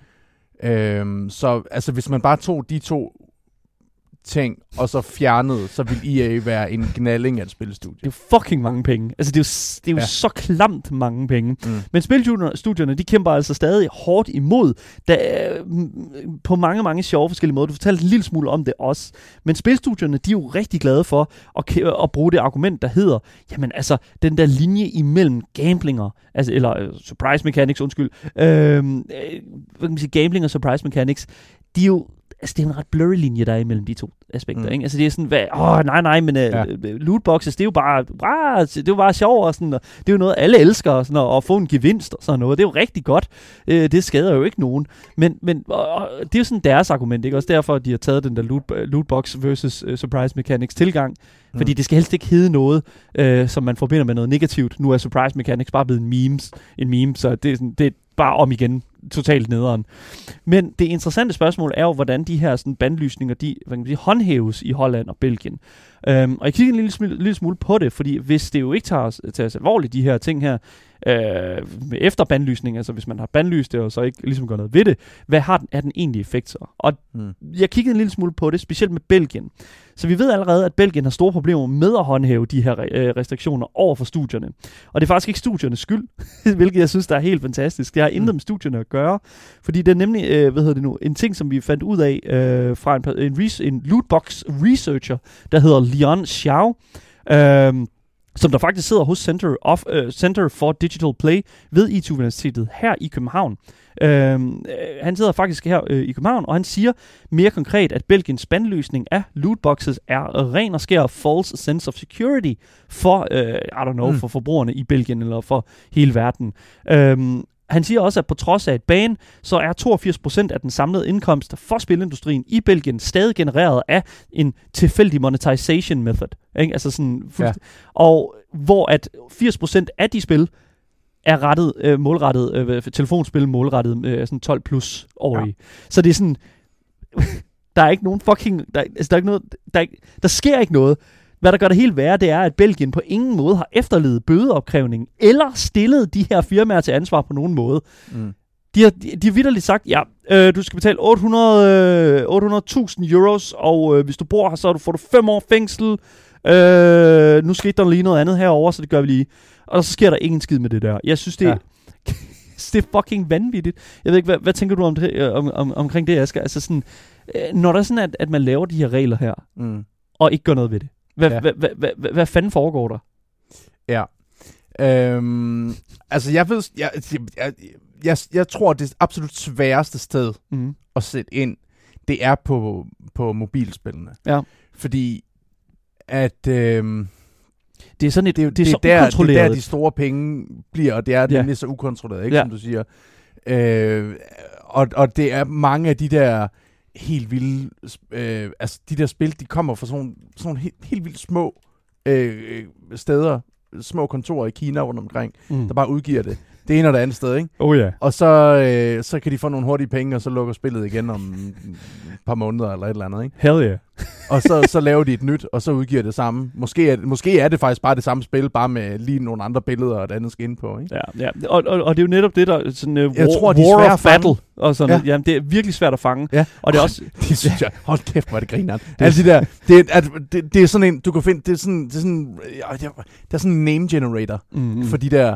Så altså, hvis man bare tog de to ting, og så fjernede, så vil EA være en gnalling af et spilstudie. Det er jo fucking mange penge. Altså, det er jo så klamt mange penge. Men spilstudierne, de kæmper altså stadig hårdt imod, på mange sjove forskellige måder. Du fortalte en lille smule om det også. Men spilstudierne, de er jo rigtig glade for at bruge det argument, der hedder, jamen altså, den der linje imellem gamblinger, altså, eller surprise mechanics, hvad kan man sige, gambling og surprise mechanics, de er jo, altså, det er en ret blurry linje, der er imellem de to aspekter, ikke? Altså, det er sådan, men lootboxes, det er jo bare sjov, og sådan, og det er jo noget, alle elsker, og sådan, at få en gevinst, og sådan noget. Det er jo rigtig godt. Det skader jo ikke nogen. Men det er jo sådan deres argument, ikke? Også derfor, at de har taget den der lootbox versus surprise mechanics tilgang, fordi det skal helst ikke hedde noget, som man forbinder med noget negativt. Nu er surprise mechanics bare blevet en meme, så det er bare om igen totalt nederen. Men det interessante spørgsmål er jo, hvordan de her sådan bandlysninger, de håndhæves i Holland og Belgien. Og jeg kigger en lille smule på det, fordi hvis det jo ikke tager alvorligt, de her ting her, efter bandlysning, altså hvis man har bandlyst det, og så ikke ligesom gør noget ved det, hvad er den egentlige effekt så? Og jeg kiggede en lille smule på det, specielt med Belgien. Så vi ved allerede, at Belgien har store problemer med at håndhæve de her restriktioner over for studierne. Og det er faktisk ikke studiernes skyld, hvilket jeg synes, der er helt fantastisk. Det har intet med studierne at gøre, fordi det er nemlig, en ting, som vi fandt ud af fra en lootbox researcher, der hedder Leon Xiao, som der faktisk sidder hos Center for Digital Play ved ITU Universitetet her i København. Han sidder faktisk her i København, og han siger mere konkret, at Belgiens bandløsning af lootboxes er ren og skær false sense of security for, for forbrugerne i Belgien, eller for hele verden. han siger også, at på trods af et ban, så er 82% af den samlede indkomst for spilindustrien i Belgien stadig genereret af en tilfældig monetization method. Ikke? Altså sådan og hvor at 80% af de spil er målrettet telefonspil målrettet sådan 12 plus årige. Ja. Så det er sådan der er ikke nogen fucking der sker ikke noget. Hvad der gør det helt værre, det er, at Belgien på ingen måde har efterlevet bødeopkrævning, eller stillet de her firmaer til ansvar på nogen måde. Mm. De har vitterligt sagt, du skal betale 800.000 euros, og hvis du bor her, så får du 5 år fængsel. Nu skete der lige noget andet herover, så det gør vi lige. Og så sker der ingen skid med det der. Jeg synes, det er fucking vanvittigt. Jeg ved ikke, hvad tænker du om det, omkring det, Asger? Altså sådan, når der er sådan, at man laver de her regler her, og ikke gør noget ved det. Hvad fanden foregår der? Ja. Altså, jeg tror, det absolut sværeste sted at sætte ind, det er på mobilspillene. Ja. Fordi at det er sådan det er så ukontrolleret. Det er der, de store penge bliver, og det er nemlig så ukontrolleret, ikke, som du siger. Og det er mange af de der helt vilde, altså de der spil, de kommer fra sådan helt vildt små steder, små kontorer i Kina rundt omkring, der bare udgiver det. Det ene og det andet sted, ikke? Oh ja. Og så kan de få nogle hurtige penge, og så lukker spillet igen om et par måneder eller et eller andet, ikke? Hell yeah. Og så laver de et nyt, og så udgiver det samme. Måske er det faktisk bare det samme spil, bare med lige nogle andre billeder og et andet skin på, ikke? Ja. Og det er jo netop det, der sådan war of battle og sådan noget. Jamen, det er virkelig svært at fange. Ja. Og det er også... Det synes jeg... Hold kæft, hvor er det griner. Altså det er sådan en... Du kan finde... Det er sådan en name generator for de der...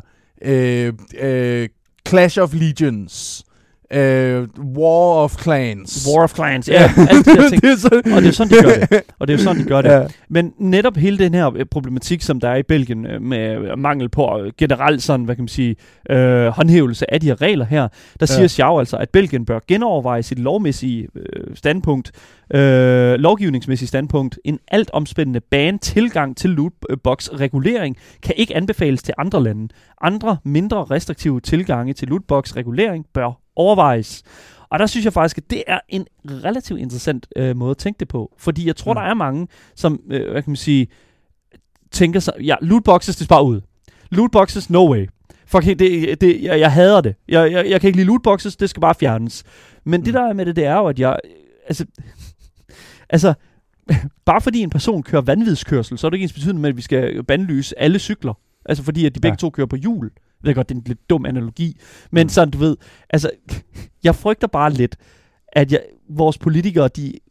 Clash of Legions, War of Clans. War of Clans, ja. Alt det ting. Og det er sådan, de gør det. Ja. Men netop hele den her problematik, som der er i Belgien, med mangel på generelt sådan, hvad kan man sige, håndhævelse af de her regler her, der siger Xiao altså, at Belgien bør genoverveje sit lovmæssige standpunkt, lovgivningsmæssige standpunkt. En altomspændende tilgang til lootbox-regulering kan ikke anbefales til andre lande. Andre, mindre restriktive tilgange til lootbox-regulering bør overvejes. Og der synes jeg faktisk, at det er en relativt interessant måde at tænke det på. Fordi jeg tror, der er mange, som, hvad kan man sige, tænker sig, lootboxes, det sparer ud. Lootboxes, no way. Fuck, jeg hader det. Jeg kan ikke lide lootboxes, det skal bare fjernes. Men det der er med det er jo, at jeg... Altså, bare fordi en person kører vanvidskørsel, så er det ikke ens betydende med, at vi skal bandlyse alle cykler. Altså fordi, at de begge to kører på hjul. Jeg ved godt, det er en lidt dum analogi. Men sådan, du ved, altså, jeg frygter bare lidt, at vores politikere,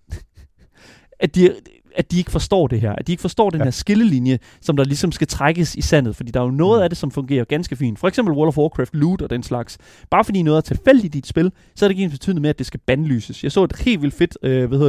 at de ikke forstår det her. At de ikke forstår den her skillelinje, som der ligesom skal trækkes i sandet. Fordi der er jo noget af det, som fungerer ganske fint. For eksempel World of Warcraft loot og den slags. Bare fordi noget er tilfældigt i dit spil, så er det ikke ens betydende med, at det skal bandlyses. Jeg så et helt vildt fedt,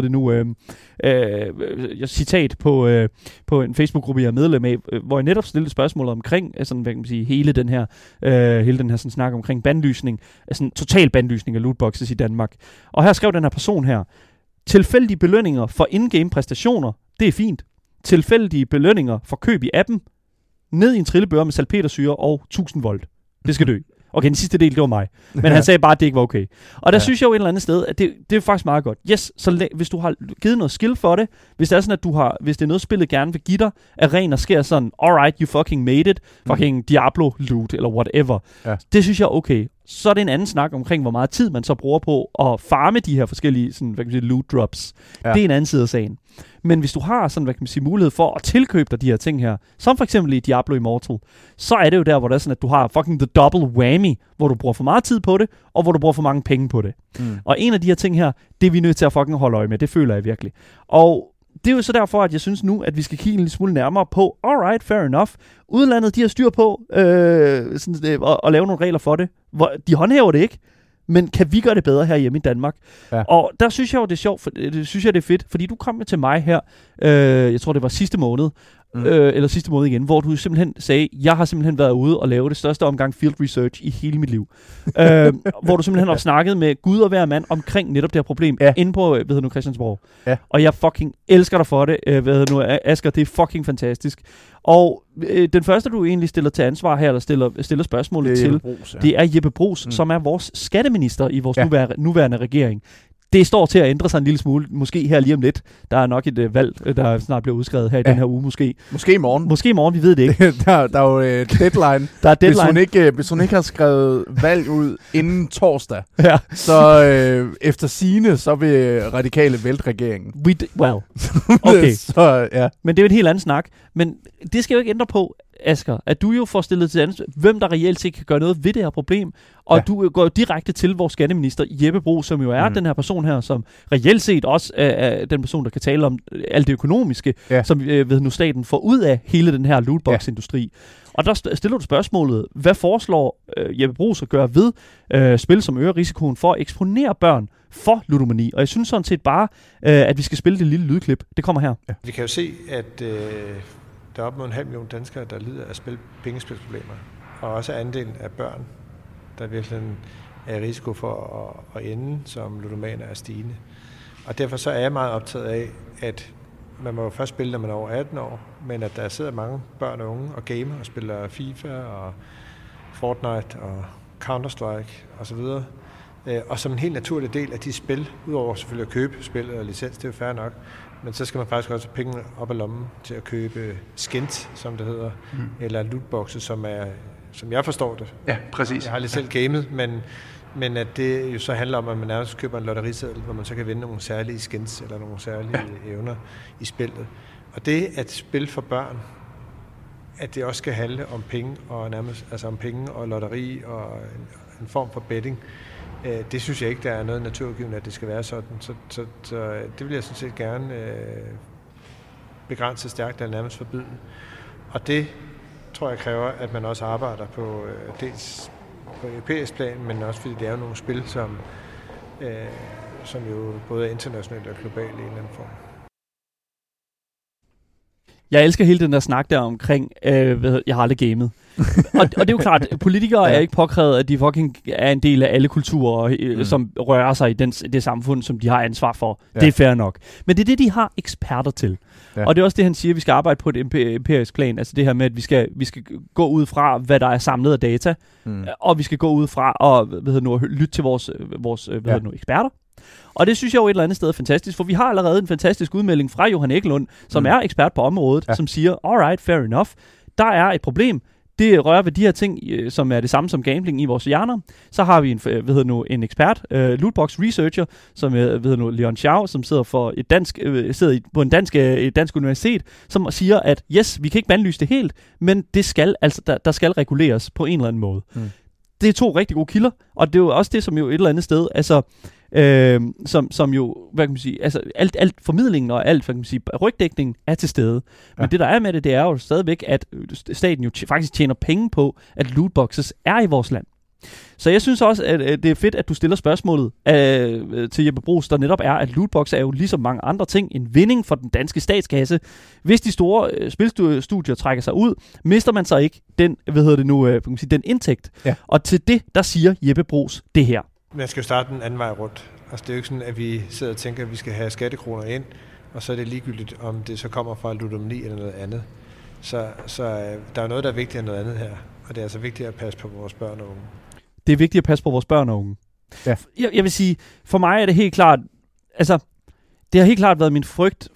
citat på en Facebook-gruppe, jeg er medlem af, hvor jeg netop stillede spørgsmålet omkring, sådan, hvad kan man sige, hele den her sådan snak omkring bandlysning, altså total bandlysning af lootboxes i Danmark. Og her skrev den her person her: tilfældige belønninger for in-game præstationer, det er fint. Tilfældige belønninger for køb i appen, ned i en trillebøre med salpetersyre og 1000 volt. Det skal dø. Okay, den sidste del, det var mig. Men han sagde bare, at det ikke var okay. Og der synes jeg jo et eller andet sted, at det er faktisk meget godt. Yes, så hvis du har givet noget skill for det, hvis det er sådan, at hvis det er noget, spillet gerne vil give dig, at ren og sker sådan, alright, you fucking made it, fucking Diablo loot, eller whatever. Ja. Det synes jeg er okay. Så er det en anden snak omkring, hvor meget tid man så bruger på at farme de her forskellige sådan, hvad kan man sige, loot drops. Ja. Det er en anden side af sagen. Men hvis du har sådan, hvad kan man sige, mulighed for at tilkøbe dig de her ting her, som for eksempel i Diablo Immortal, så er det jo der, hvor det er sådan, at du har fucking the double whammy, hvor du bruger for meget tid på det, og hvor du bruger for mange penge på det. Og en af de her ting her, det er vi nødt til at fucking holde øje med. Det føler jeg virkelig. Og det er jo så derfor, at jeg synes nu, at vi skal kigge en lille smule nærmere på, alright, fair enough. Udlandet, de har styr på sådan, at lave nogle regler for det. De håndhæver det ikke, men kan vi gøre det bedre her hjemme i Danmark? Ja. Og der synes jeg jo, det er sjovt, det synes jeg, det er fedt, fordi du kom med til mig her, jeg tror, det var sidste måned, eller sidste måned igen, hvor du simpelthen sagde, jeg har simpelthen været ude og lave det største omgang field research i hele mit liv. Hvor du simpelthen har snakket med Gud og hver mand omkring netop det her problem, inde på, Christiansborg. Ja. Og jeg fucking elsker dig for det, Asger, det er fucking fantastisk. Og den første, du egentlig stiller til ansvar her, eller stiller spørgsmålet til, det er Jeppe Bruus, som er vores skatteminister i vores nuværende regering. Det står til at ændre sig en lille smule, måske her lige om lidt. Der er nok et valg, der snart bliver udskrevet her i den her uge, måske. Måske i morgen. Måske i morgen, vi ved det ikke. der er jo deadline. Der er deadline. Hvis hun ikke har skrevet valg ud inden torsdag, så efter sigende, så vil radikale vælte regeringen. Okay. Så, ja. Men det er jo en helt anden snak. Men det skal jo ikke ændre på, Asger, at du jo får stillet til ansvar, hvem der reelt set kan gøre noget ved det her problem, og du går direkte til vores skatteminister, Jeppe Bruus, som jo er den her person her, som reelt set også er den person, der kan tale om alt det økonomiske, som staten får ud af hele den her lootbox-industri. Og der stiller du spørgsmålet, hvad foreslår Jeppe Bruus at gøre ved spil, som øger risikoen for at eksponere børn for ludomani? Og jeg synes sådan set bare, at vi skal spille det lille lydklip. Det kommer her. Ja. Vi kan jo se, at der er op mod 500.000 danskere, der lider af pengespilsproblemer, og også andelen af børn, der virkelig er i risiko for at ende som ludomaner er stigende. Og derfor så er jeg meget optaget af, at man må jo først spille, når man er over 18 år, men at der sidder mange børn og unge og gamer og spiller FIFA og Fortnite og Counter-Strike osv. Og som en helt naturlig del af de spil, udover selvfølgelig at købe spil eller licens, det er jo fair nok, men så skal man faktisk også have penge op af lommen til at købe skins, som det hedder, eller lootboxes, som jeg forstår det. Ja, præcis. Jeg har lidt selv gamet, men at det jo så handler om, at man nærmest køber en lotteriseddel, hvor man så kan vinde nogle særlige skins eller nogle særlige evner i spillet. Og det at spille for børn, at det også skal handle om penge og nærmest altså om penge og lotteri og en form for betting, det synes jeg ikke, der er noget naturgivende, at det skal være sådan. Så det vil jeg sådan set gerne begrænse stærkt eller nærmest forbyde. Og det tror jeg kræver, at man også arbejder på dels på europæisk plan, men også fordi det er jo nogle spil, som jo både er internationalt og globalt i en eller anden form. Jeg elsker hele den der snak der omkring, jeg har aldrig gamet. og det er jo klart, politikere er ikke påkrævet, at de fucking er en del af alle kulturer, som rører sig i det samfund, som de har ansvar for. Ja. Det er fair nok. Men det er det, de har eksperter til. Ja. Og det er også det, han siger, at vi skal arbejde på et empirisk plan. Altså det her med, at vi skal gå ud fra, hvad der er samlet af data, og vi skal gå ud fra og lytte til vores eksperter. Og det synes jeg jo et eller andet sted er fantastisk, for vi har allerede en fantastisk udmelding fra Johan Ekelund, som er ekspert på området, som siger, alright, fair enough, der er et problem. Det rører ved de her ting, som er det samme som gambling i vores hjerner. Så har vi en ekspert, lootbox researcher, som Leon Schau, som sidder på et dansk universitet, som siger, at yes, vi kan ikke bandlyse det helt, men det skal der skal reguleres på en eller anden måde. Det er to rigtig gode kilder, og det er jo også det, som jo et eller andet sted, altså som jo, hvad kan man sige, altså alt formidlingen og alt, hvad kan man sige, rygdækningen er til stede. Men det der er med det er jo stadigvæk, at staten jo faktisk tjener penge på, at lootboxes er i vores land. Så jeg synes også, at det er fedt, at du stiller spørgsmålet til Jeppe Bruus, der netop er, at lootbox er jo ligesom mange andre ting en vinding for den danske statskasse. Hvis de store spilstudier trækker sig ud, mister man så ikke den, den indtægt. Ja. Og til det, der siger Jeppe Bruus det her. Man skal jo starte den anden vej rundt. Altså det er jo ikke sådan, at vi sidder og tænker, at vi skal have skattekroner ind, og så er det ligegyldigt, om det så kommer fra ludomani eller noget andet. Så der er noget, der er vigtigere end noget andet her, og det er altså vigtigt at passe på vores børn og unge. Det er vigtigt at passe på vores børn og unge. Ja. Jeg vil sige, for mig er det helt klart, altså, det har helt klart været min frygt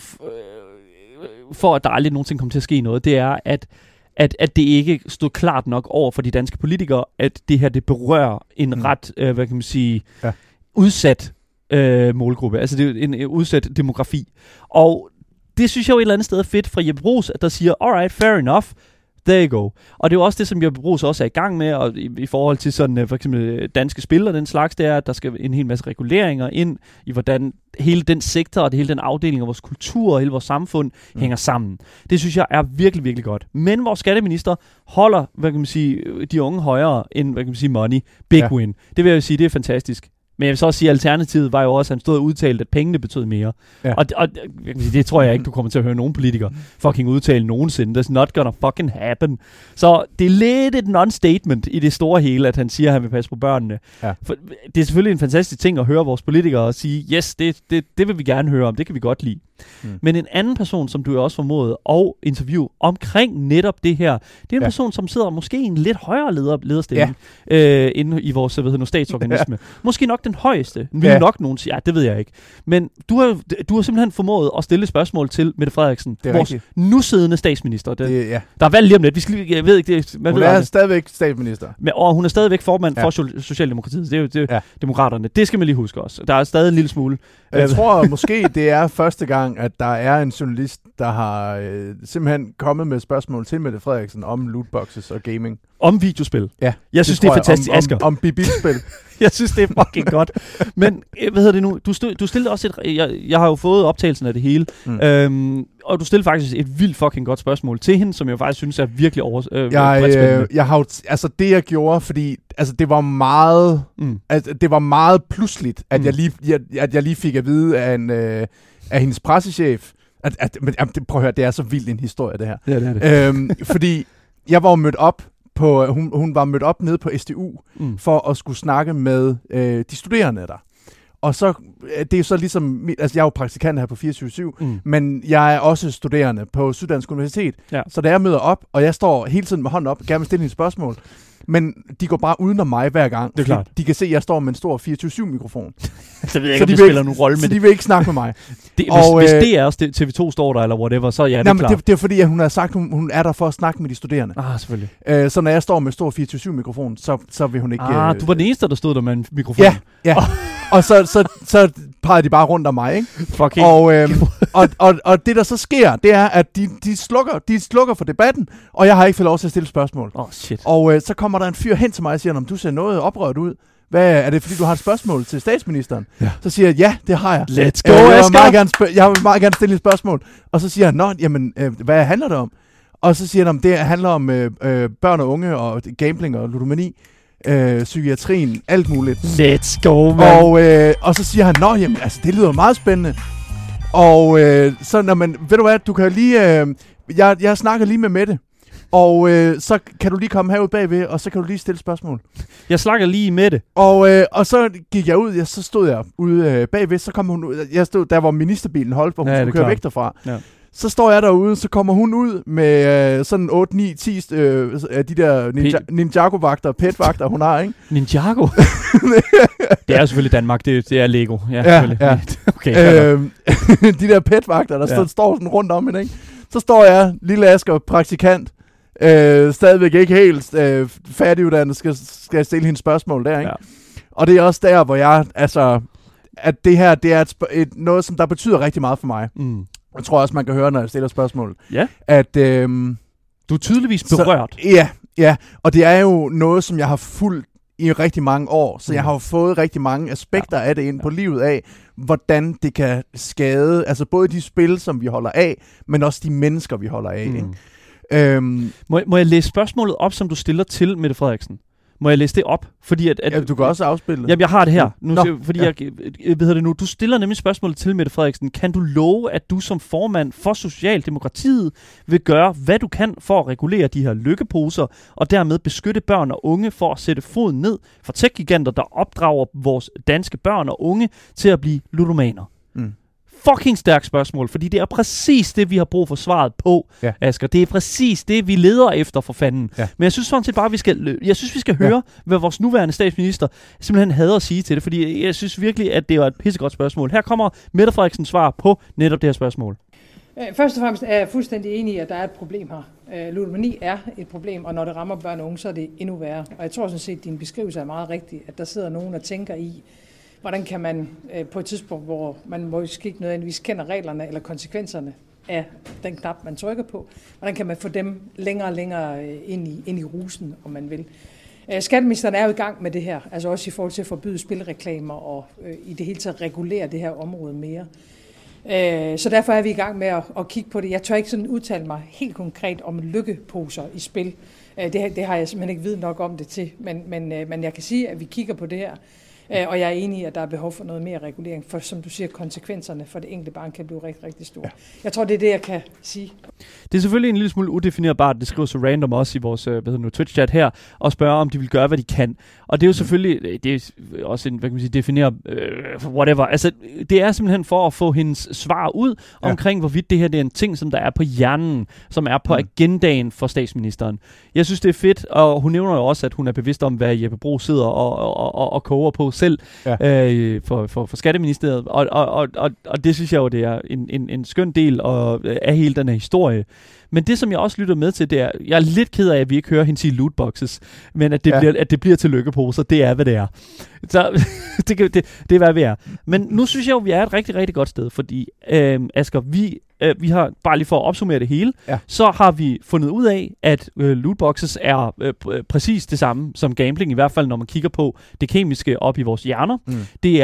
for, at der aldrig nogensinde kommer til at ske noget. Det er, at det ikke stod klart nok over for de danske politikere, at det her, det berører en ret, hvad kan man sige, udsat målgruppe. Altså, det er en udsat demografi. Og det synes jeg jo et eller andet sted er fedt fra Jeppe Bruus, at der siger, alright, fair enough, there you go. Og det er jo også det, som Jeppe Bruus også er i gang med, og i forhold til sådan, for eksempel danske spil og den slags, det er, at der skal en hel masse reguleringer ind i, hvordan hele den sektor og hele den afdeling af vores kultur og hele vores samfund hænger sammen. Det synes jeg er virkelig, virkelig godt. Men vores skatteminister holder, hvad kan man sige, de unge højere end, hvad kan man sige, money. Big win. Det vil jeg sige, det er fantastisk. Men jeg vil så også sige, at alternativet var jo også, at han stod og udtalte, at pengene betød mere. Ja. Og det tror jeg ikke, du kommer til at høre nogen politikere fucking udtale nogensinde. That's not gonna fucking happen. Så det er lidt et non-statement i det store hele, at han siger, at han vil passe på børnene. Ja. For det er selvfølgelig en fantastisk ting at høre vores politikere sige, yes, det vil vi gerne høre om, det kan vi godt lide. Men en anden person, som du også formåede at interview omkring netop det her, det er en person, som sidder måske i en lidt højere lederstilling inde i vores statsorganisme. Måske nok den højeste. Vil nok nogen sige, det ved jeg ikke. Men du har simpelthen formået at stille spørgsmål til Mette Frederiksen, vores nu siddende statsminister. Der er valgt lige om lidt. Jeg ved ikke det. Hun er stadigvæk statsminister. Og hun er stadigvæk formand for Socialdemokratiet. Det er jo demokraterne. Det skal man lige huske også. Der er stadig en lille smule. Jeg tror måske, det er første gang, at der er en journalist, der har simpelthen kommet med spørgsmål til Mette Frederiksen om lootboxes og gaming. Om videospil. Ja. Jeg synes, det er fantastisk, Asger. Om bibilspil. Jeg synes, det er fucking godt. Men, hvad hedder det nu? Du stillede også jeg har jo fået optagelsen af det hele. Og du stillede faktisk et vildt fucking godt spørgsmål til hende, som jeg faktisk synes er virkelig jeg har jo, altså det jeg gjorde, fordi altså det var meget det var meget pludseligt, at jeg lige fik at vide af hendes pressechef, prøv at høre, det er så vild en historie det her. Ja, det er det. Fordi jeg var mødt op på hun var mødt op nede på SDU for at skulle snakke med de studerende der. Og så, det er så ligesom, altså jeg er jo praktikant her på 24/7, men jeg er også studerende på Syddansk Universitet. Ja. Så da jeg møder op, og jeg står hele tiden med hånden op, gerne vil stille hende spørgsmål, men de går bare udenom mig hver gang. Det er klart. De kan se, at jeg står med en stor 24/7-mikrofon. Så ved jeg ikke, om det spiller nogen rolle. Så de vil ikke snakke med mig. Hvis det er TV2 står der, eller whatever, så det er klart. Det er fordi, at hun har sagt, hun er der for at snakke med de studerende. Selvfølgelig. Så når jeg står med en stor 24/7-mikrofon, så vil hun ikke... du var den eneste, der stod der med en mikrofon. Ja. Og så peger de bare rundt om mig, ikke? Fucking. Og det, der så sker, det er, at de slukker for debatten, og jeg har ikke fået lov til at stille spørgsmål. Shit. Og så kommer der en fyr hen til mig og siger, om du ser noget oprørt ud. Hvad er det, fordi du har et spørgsmål til statsministeren? Ja. Så siger jeg, ja, det har jeg. Let's go, Asger! Jeg vil meget gerne stille et spørgsmål. Og så siger han, hvad handler det om? Og så siger han, det handler om børn og unge og gambling og ludomani. Psykiatrien, alt muligt. Let's go, man. Og så siger han, det lyder meget spændende. Og ved du hvad, du kan lige, jeg snakker lige med Mette, og så kan du lige komme herud bagved, og så kan du lige stille spørgsmål. Jeg snakker lige med det. Og så gik jeg ud, så stod jeg ude bagved, så kom hun ud, jeg stod der, hvor ministerbilen holdt, hvor hun skulle køre væk derfra. Ja. Så står jeg derude, så kommer hun ud med sådan 8, 9, 10 af de der Ninjago-vagter, pet-vagter, hun har, ikke? Ninjago? Det er selvfølgelig Danmark, det er Lego. Ja. Okay, de der pet-vagter, der står sådan rundt om hende, ikke? Så står jeg, lille Asger, praktikant, stadigvæk ikke helt færdiguddannet, skal stille hende spørgsmål der, ikke? Ja. Og det er også der, hvor jeg, altså, at det her, det er noget, som der betyder rigtig meget for mig. Jeg tror også, man kan høre, når jeg stiller spørgsmål. Ja. At, du er tydeligvis berørt. Ja. Og det er jo noget, som jeg har fulgt i rigtig mange år. Så jeg har jo fået rigtig mange aspekter af det ind på livet af, hvordan det kan skade, altså både de spil, som vi holder af, men også de mennesker, vi holder af. Ikke? Må jeg læse spørgsmålet op, som du stiller til Mette Frederiksen? Må jeg læse det op? Fordi du kan også afspille det. Jamen, jeg har det her. Du stiller nemlig spørgsmålet til Mette Frederiksen. Kan du love, at du som formand for Socialdemokratiet vil gøre, hvad du kan for at regulere de her lykkeposer, og dermed beskytte børn og unge for at sætte foden ned for tech-giganter, der opdrager vores danske børn og unge til at blive ludomaner? Fucking stærkt spørgsmål, fordi det er præcis det, vi har brug for svaret på, Asger. Det er præcis det, vi leder efter for fanden. Ja. Men jeg synes sådan set bare, vi skal høre, hvad vores nuværende statsminister simpelthen havde at sige til det, fordi jeg synes virkelig, at det var et pissegodt spørgsmål. Her kommer Mette Frederiksens svar på netop det her spørgsmål. Først og fremmest er jeg fuldstændig enig i, at der er et problem her. Ludomani er et problem, og når det rammer børn og unge, så er det endnu værre. Og jeg tror sådan set, at din beskrivelse er meget rigtig, at der sidder nogen og tænker i, hvordan kan man på et tidspunkt, hvor man måske ikke nødvendigvis kender reglerne eller konsekvenserne af den knap, man trykker på, hvordan kan man få dem længere og længere ind i rusen, om man vil. Skatteministeren er jo i gang med det her, altså også i forhold til at forbyde spilreklamer og i det hele taget regulere det her område mere. Så derfor er vi i gang med at kigge på det. Jeg tør ikke sådan udtale mig helt konkret om lykkeposer i spil. Det har jeg simpelthen ikke viden nok om det til, men jeg kan sige, at vi kigger på det her. Og jeg er enig i, at der er behov for noget mere regulering, for som du siger, konsekvenserne for det enkelte barn kan blive rigtig, rigtig store. Ja. Jeg tror, det er det, jeg kan sige. Det er selvfølgelig en lille smule udefinerbart, det skriver så random også i vores Twitch-chat her, og spørger, om de vil gøre, hvad de kan. Og det er jo selvfølgelig, det er også en, hvad kan man sige, definere whatever. Altså, det er simpelthen for at få hendes svar ud omkring, hvorvidt det her det er en ting, som der er på hjernen, som er på agendaen for statsministeren. Jeg synes, det er fedt, og hun nævner jo også, at hun er bevidst om, hvad Jeppe Bruus sidder og koger på selv for Skatteministeriet. Og det synes jeg jo, det er en skøn del af hele den her historie. Men det, som jeg også lytter med til, det er, jeg er lidt ked af, at vi ikke hører hende sige lootboxes, men at det bliver til lykkeposer, det er, hvad det er. Så det er, hvad vi er. Men nu synes jeg jo, vi er et rigtig, rigtig godt sted, fordi Asger, vi har, bare lige for at opsummere det hele, så har vi fundet ud af, at lootboxes er præcis det samme som gambling, i hvert fald når man kigger på det kemiske op i vores hjerner. Det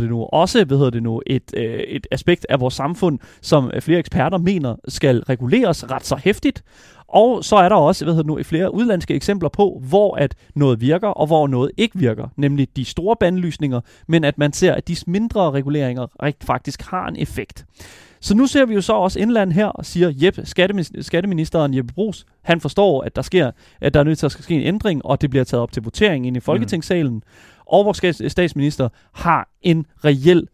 er, et aspekt af vores samfund, som flere eksperter mener skal reguleres ret så hæftigt. Og så er der også, flere udlandske eksempler på, hvor at noget virker, og hvor noget ikke virker. Nemlig de store bandlysninger, men at man ser, at de mindre reguleringer rigtig faktisk har en effekt. Så nu ser vi jo så også indland her og siger, skatteministeren Jeppe Bruus, han forstår, at der er nødt til at ske en ændring, og det bliver taget op til votering inde i Folketingssalen. Og vores statsminister har en reel,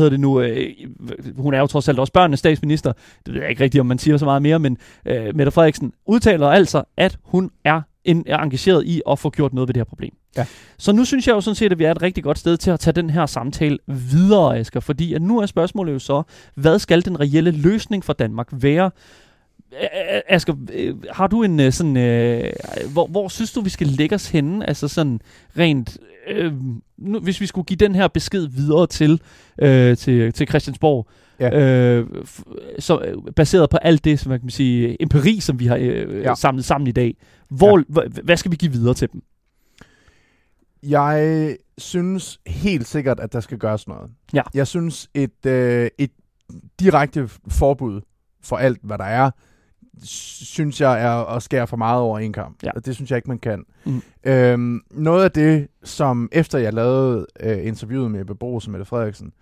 hun er jo trods alt også børnenes statsminister, det ved jeg ikke rigtigt, om man siger så meget mere, men Mette Frederiksen udtaler altså, at hun er engageret i at få gjort noget ved det her problem. Ja. Så nu synes jeg jo sådan set, at vi er et rigtig godt sted til at tage den her samtale videre, Asger, fordi at nu er spørgsmålet jo så, hvad skal den reelle løsning for Danmark være? Asger, har du en sådan, hvor synes du, vi skal lægge os henne? Altså sådan rent, hvis vi skulle give den her besked videre til Christiansborg, så baseret på alt det, som man kan sige, empiri, som vi har samlet sammen i dag. Hvad skal vi give videre til dem? Jeg synes helt sikkert, at der skal gøres noget. Ja. Jeg synes, et direkte forbud for alt, hvad der er, synes jeg er at skære for meget over en kamp. Ja. Det synes jeg ikke, man kan. Noget af det, som efter jeg lavede interviewet med Jeppe Bruus og Mette Frederiksen,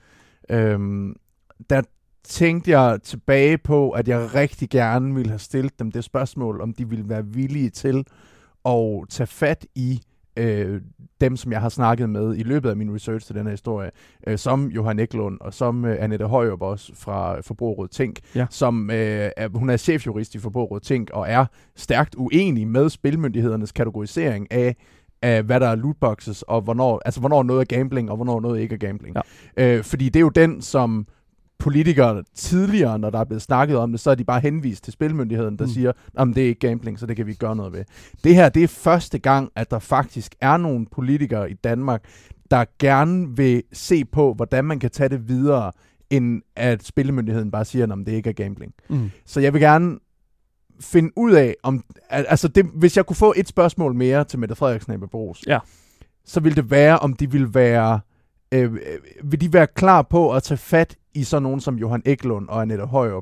der tænkte jeg tilbage på, at jeg rigtig gerne ville have stillet dem det spørgsmål, om de ville være villige til at tage fat i dem, som jeg har snakket med i løbet af min research til den her historie, som Johan Eklund og som Annette Højrup også fra Forbrugerrådet Tænk, som hun er chefjurist i Forbrugerrådet Tænk og er stærkt uenig med spilmyndighedernes kategorisering af hvad der er lootboxes, og hvornår noget er gambling, og hvornår noget ikke er gambling. Ja. Fordi det er jo den, som politikere tidligere, når der er blevet snakket om det, så er de bare henvist til spilmyndigheden, der siger, at det er ikke gambling, så det kan vi ikke gøre noget ved. Det her, det er første gang, at der faktisk er nogle politikere i Danmark, der gerne vil se på, hvordan man kan tage det videre, end at spilmyndigheden bare siger, at det ikke er gambling. Så jeg vil gerne finde ud af, hvis jeg kunne få et spørgsmål mere til Mette Frederiksen og Jeppe Bruus, så ville det være, om de ville være vil de være klar på at tage fat i sådan nogen som Johan Eklund og Annette Højrup,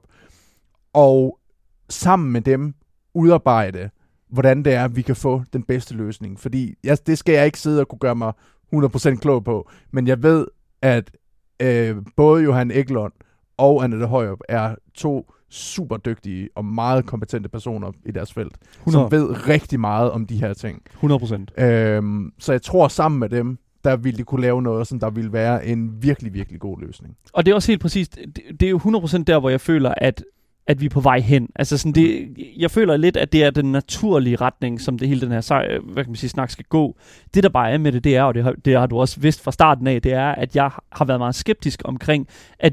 og sammen med dem udarbejde, hvordan det er, vi kan få den bedste løsning. Fordi det skal jeg ikke sidde og kunne gøre mig 100% klog på, men jeg ved, at både Johan Eklund og Annette Højrup er to super dygtige og meget kompetente personer i deres felt, 100. Som ved rigtig meget om de her ting. 100%. Så jeg tror, sammen med dem, der ville de kunne lave noget, som der ville være en virkelig, virkelig god løsning. Og det er også helt præcist, det er jo 100% der, hvor jeg føler, at vi er på vej hen. Altså sådan jeg føler lidt, at det er den naturlige retning, som det hele den her snak skal gå. Det der bare er med det er, og det har du også vidst fra starten af, det er, at jeg har været meget skeptisk omkring,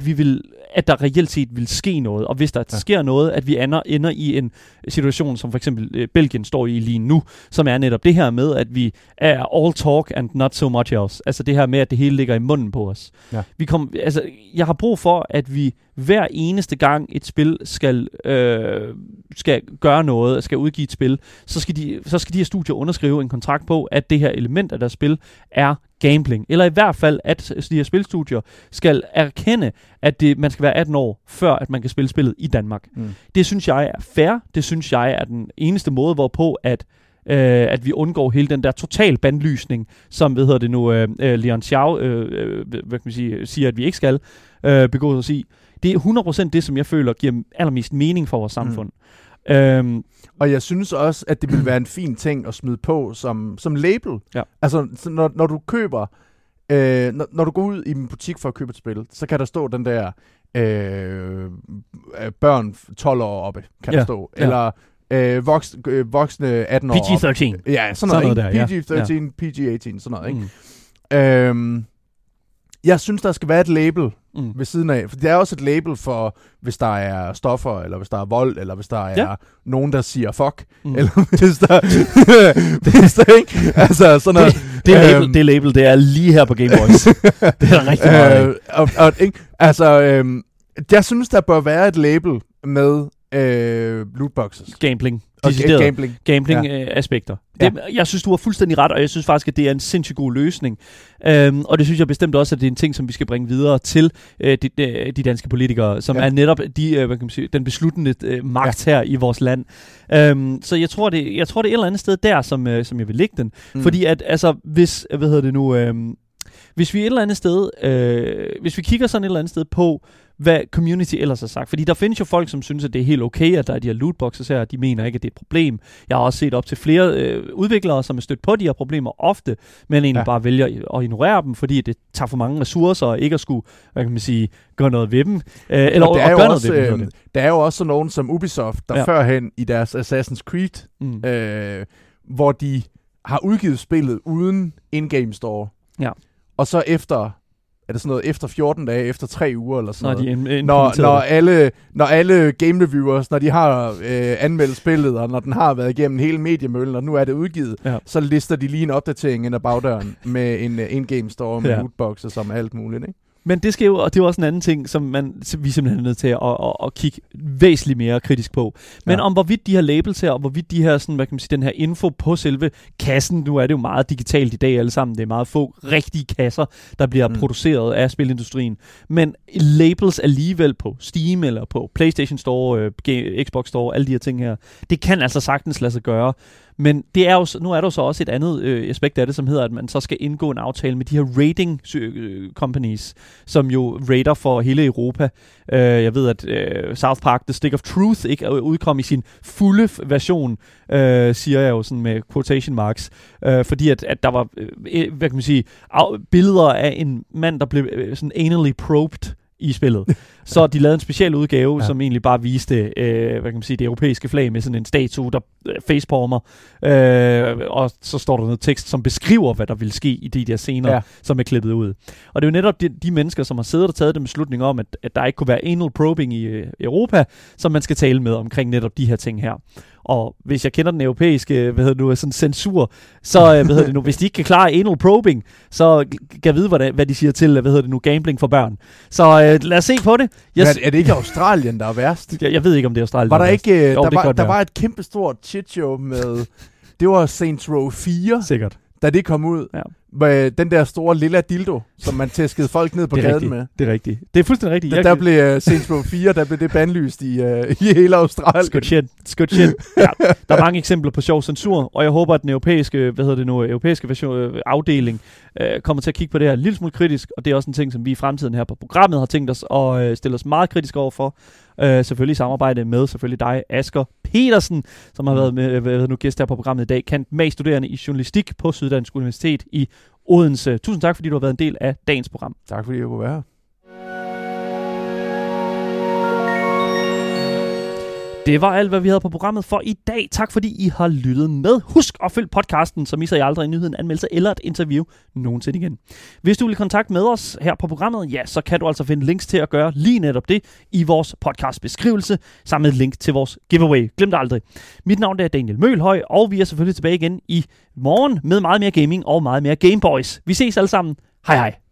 at der reelt set vil ske noget, og hvis der sker noget, at vi ender i en situation, som for eksempel Belgien står i lige nu, som er netop det her med, at vi er all talk and not so much else. Altså det her med, at det hele ligger i munden på os. Ja. Jeg har brug for, at vi hver eneste gang et spil skal gøre noget, skal udgive et spil, så skal de her studier underskrive en kontrakt på, at det her element af deres spil er gambling. Eller i hvert fald, at de her spilstudier skal erkende, at man skal være 18 år, før at man kan spille spillet i Danmark. Det synes jeg er fair. Det synes jeg er den eneste måde, hvorpå at at vi undgår hele den der total bandlysning, som Leon Xiao siger, at vi ikke skal begå os i. Det er 100% det, som jeg føler giver allermest mening for vores samfund. Og jeg synes også, at det vil være en fin ting at smide på som label. Ja. Altså, når du køber, når du går ud i en butik for at købe et spil, så kan der stå den der børn 12 år oppe, kan der stå. Eller voksne 18 år PG-13. Ja, sådan noget der, PG-13, PG-18, sådan noget, ikke? Jeg synes, der skal være et label ved siden af. For det er også et label for, hvis der er stoffer, eller hvis der er vold, eller hvis der er nogen, der siger fuck. Eller hvis der ikke... Altså, sådan noget. Det label, det er lige her på Game Boys. Det er rigtig meget. Jeg synes, der bør være et label med lootboxes. Gambling-aspekter. Jeg synes, du har fuldstændig ret, og jeg synes faktisk, at det er en sindssygt god løsning. Og det synes jeg bestemt også, at det er en ting, som vi skal bringe videre til de danske politikere, som er netop den besluttende magt her i vores land. Så jeg tror, det er et eller andet sted der, som jeg vil lægge den. Fordi at, altså, hvis vi et eller andet sted, hvis vi kigger sådan et eller andet sted på, hvad community ellers har sagt. Fordi der findes jo folk, som synes, at det er helt okay, at der er de her lootboxes her, de mener ikke, at det er et problem. Jeg har også set op til flere udviklere, som er stødt på de her problemer ofte, men egentlig bare vælger at ignorere dem, fordi det tager for mange ressourcer, og ikke at skulle, gøre noget ved dem. Eller der er jo også sådan nogen som Ubisoft, der førhen i deres Assassin's Creed, hvor de har udgivet spillet uden in-game store. Ja. Og så efter efter 14 dage, efter 3 uger eller sådan noget. Når alle game reviewers, når de har anmeldt spillet, og når den har været igennem hele mediemøllen, og nu er det udgivet, så lister de lige en opdatering ind ad bagdøren med en in-game store med lootboxer som alt muligt, ikke? Men det skal jo, og det er også en anden ting, som vi simpelthen er nødt til at kigge væsentligt mere kritisk på. Men om hvorvidt de her labels her, og hvorvidt de her, sådan, den her info på selve kassen, nu er det jo meget digitalt i dag alle sammen, det er meget få rigtige kasser, der bliver produceret af spilindustrien. Men labels alligevel på Steam, eller på PlayStation Store, Xbox Store, alle de her ting her, det kan altså sagtens lade sig gøre. Men det er jo, nu er der jo så også et andet aspekt af det, som hedder, at man så skal indgå en aftale med de her rating companies, som jo rater for hele Europa. Jeg ved, at South Park, The Stick of Truth, ikke udkom i sin fulde version, siger jeg jo sådan med quotation marks, fordi at der var, billeder af en mand, der blev sådan anally probed i spillet. Så de lavede en speciel udgave, som egentlig bare viste, det europæiske flag med sådan en statue, der facepalmer, og så står der noget tekst, som beskriver, hvad der vil ske i de der scener, som er klippet ud. Og det er jo netop de mennesker, som har siddet og taget den beslutning om, at der ikke kunne være anal probing i Europa, som man skal tale med omkring netop de her ting her. Og hvis jeg kender den europæiske, sådan censur, så, hvis de ikke kan klare anal probing, så kan jeg vide, hvad de siger til, gambling for børn. Så lad os se på det. Men er det ikke Australien, der er værst? Jeg ved ikke, om det er Australien, var der ikke, der var et kæmpestort shitshow med, det var Saints Row 4. Sikkert. Da det kom ud. Ja. Den der store lilla dildo, som man tæskede folk ned på gaden med. Det er rigtigt. Det er fuldstændig rigtigt. Der blev Saints Row 4, der blev det bandlyst i hele Australien. Good shit. Ja, der er mange eksempler på sjov censur, og jeg håber, at den europæiske, europæiske version, afdeling kommer til at kigge på det her en lille smule kritisk, og det er også en ting, som vi i fremtiden her på programmet har tænkt os at stille os meget kritisk over for. Selvfølgelig i samarbejde med selvfølgelig dig, Asger Petersen, som har været gæst her på programmet i dag, kendt magstuderende i journalistik på Syddansk Universitet i Odense. Tusind tak, fordi du har været en del af dagens program. Tak, fordi jeg kunne være her. Det var alt, hvad vi havde på programmet for i dag. Tak fordi I har lyttet med. Husk at følge podcasten, så misser I aldrig en nyhed, en anmeldelse eller et interview nogensinde igen. Hvis du vil kontakte med os her på programmet, ja, så kan du altså finde links til at gøre lige netop det i vores podcastbeskrivelse, sammen med et link til vores giveaway. Glem det aldrig. Mit navn er Daniel Mølhøj, og vi er selvfølgelig tilbage igen i morgen med meget mere gaming og meget mere Gameboys. Vi ses alle sammen. Hej hej.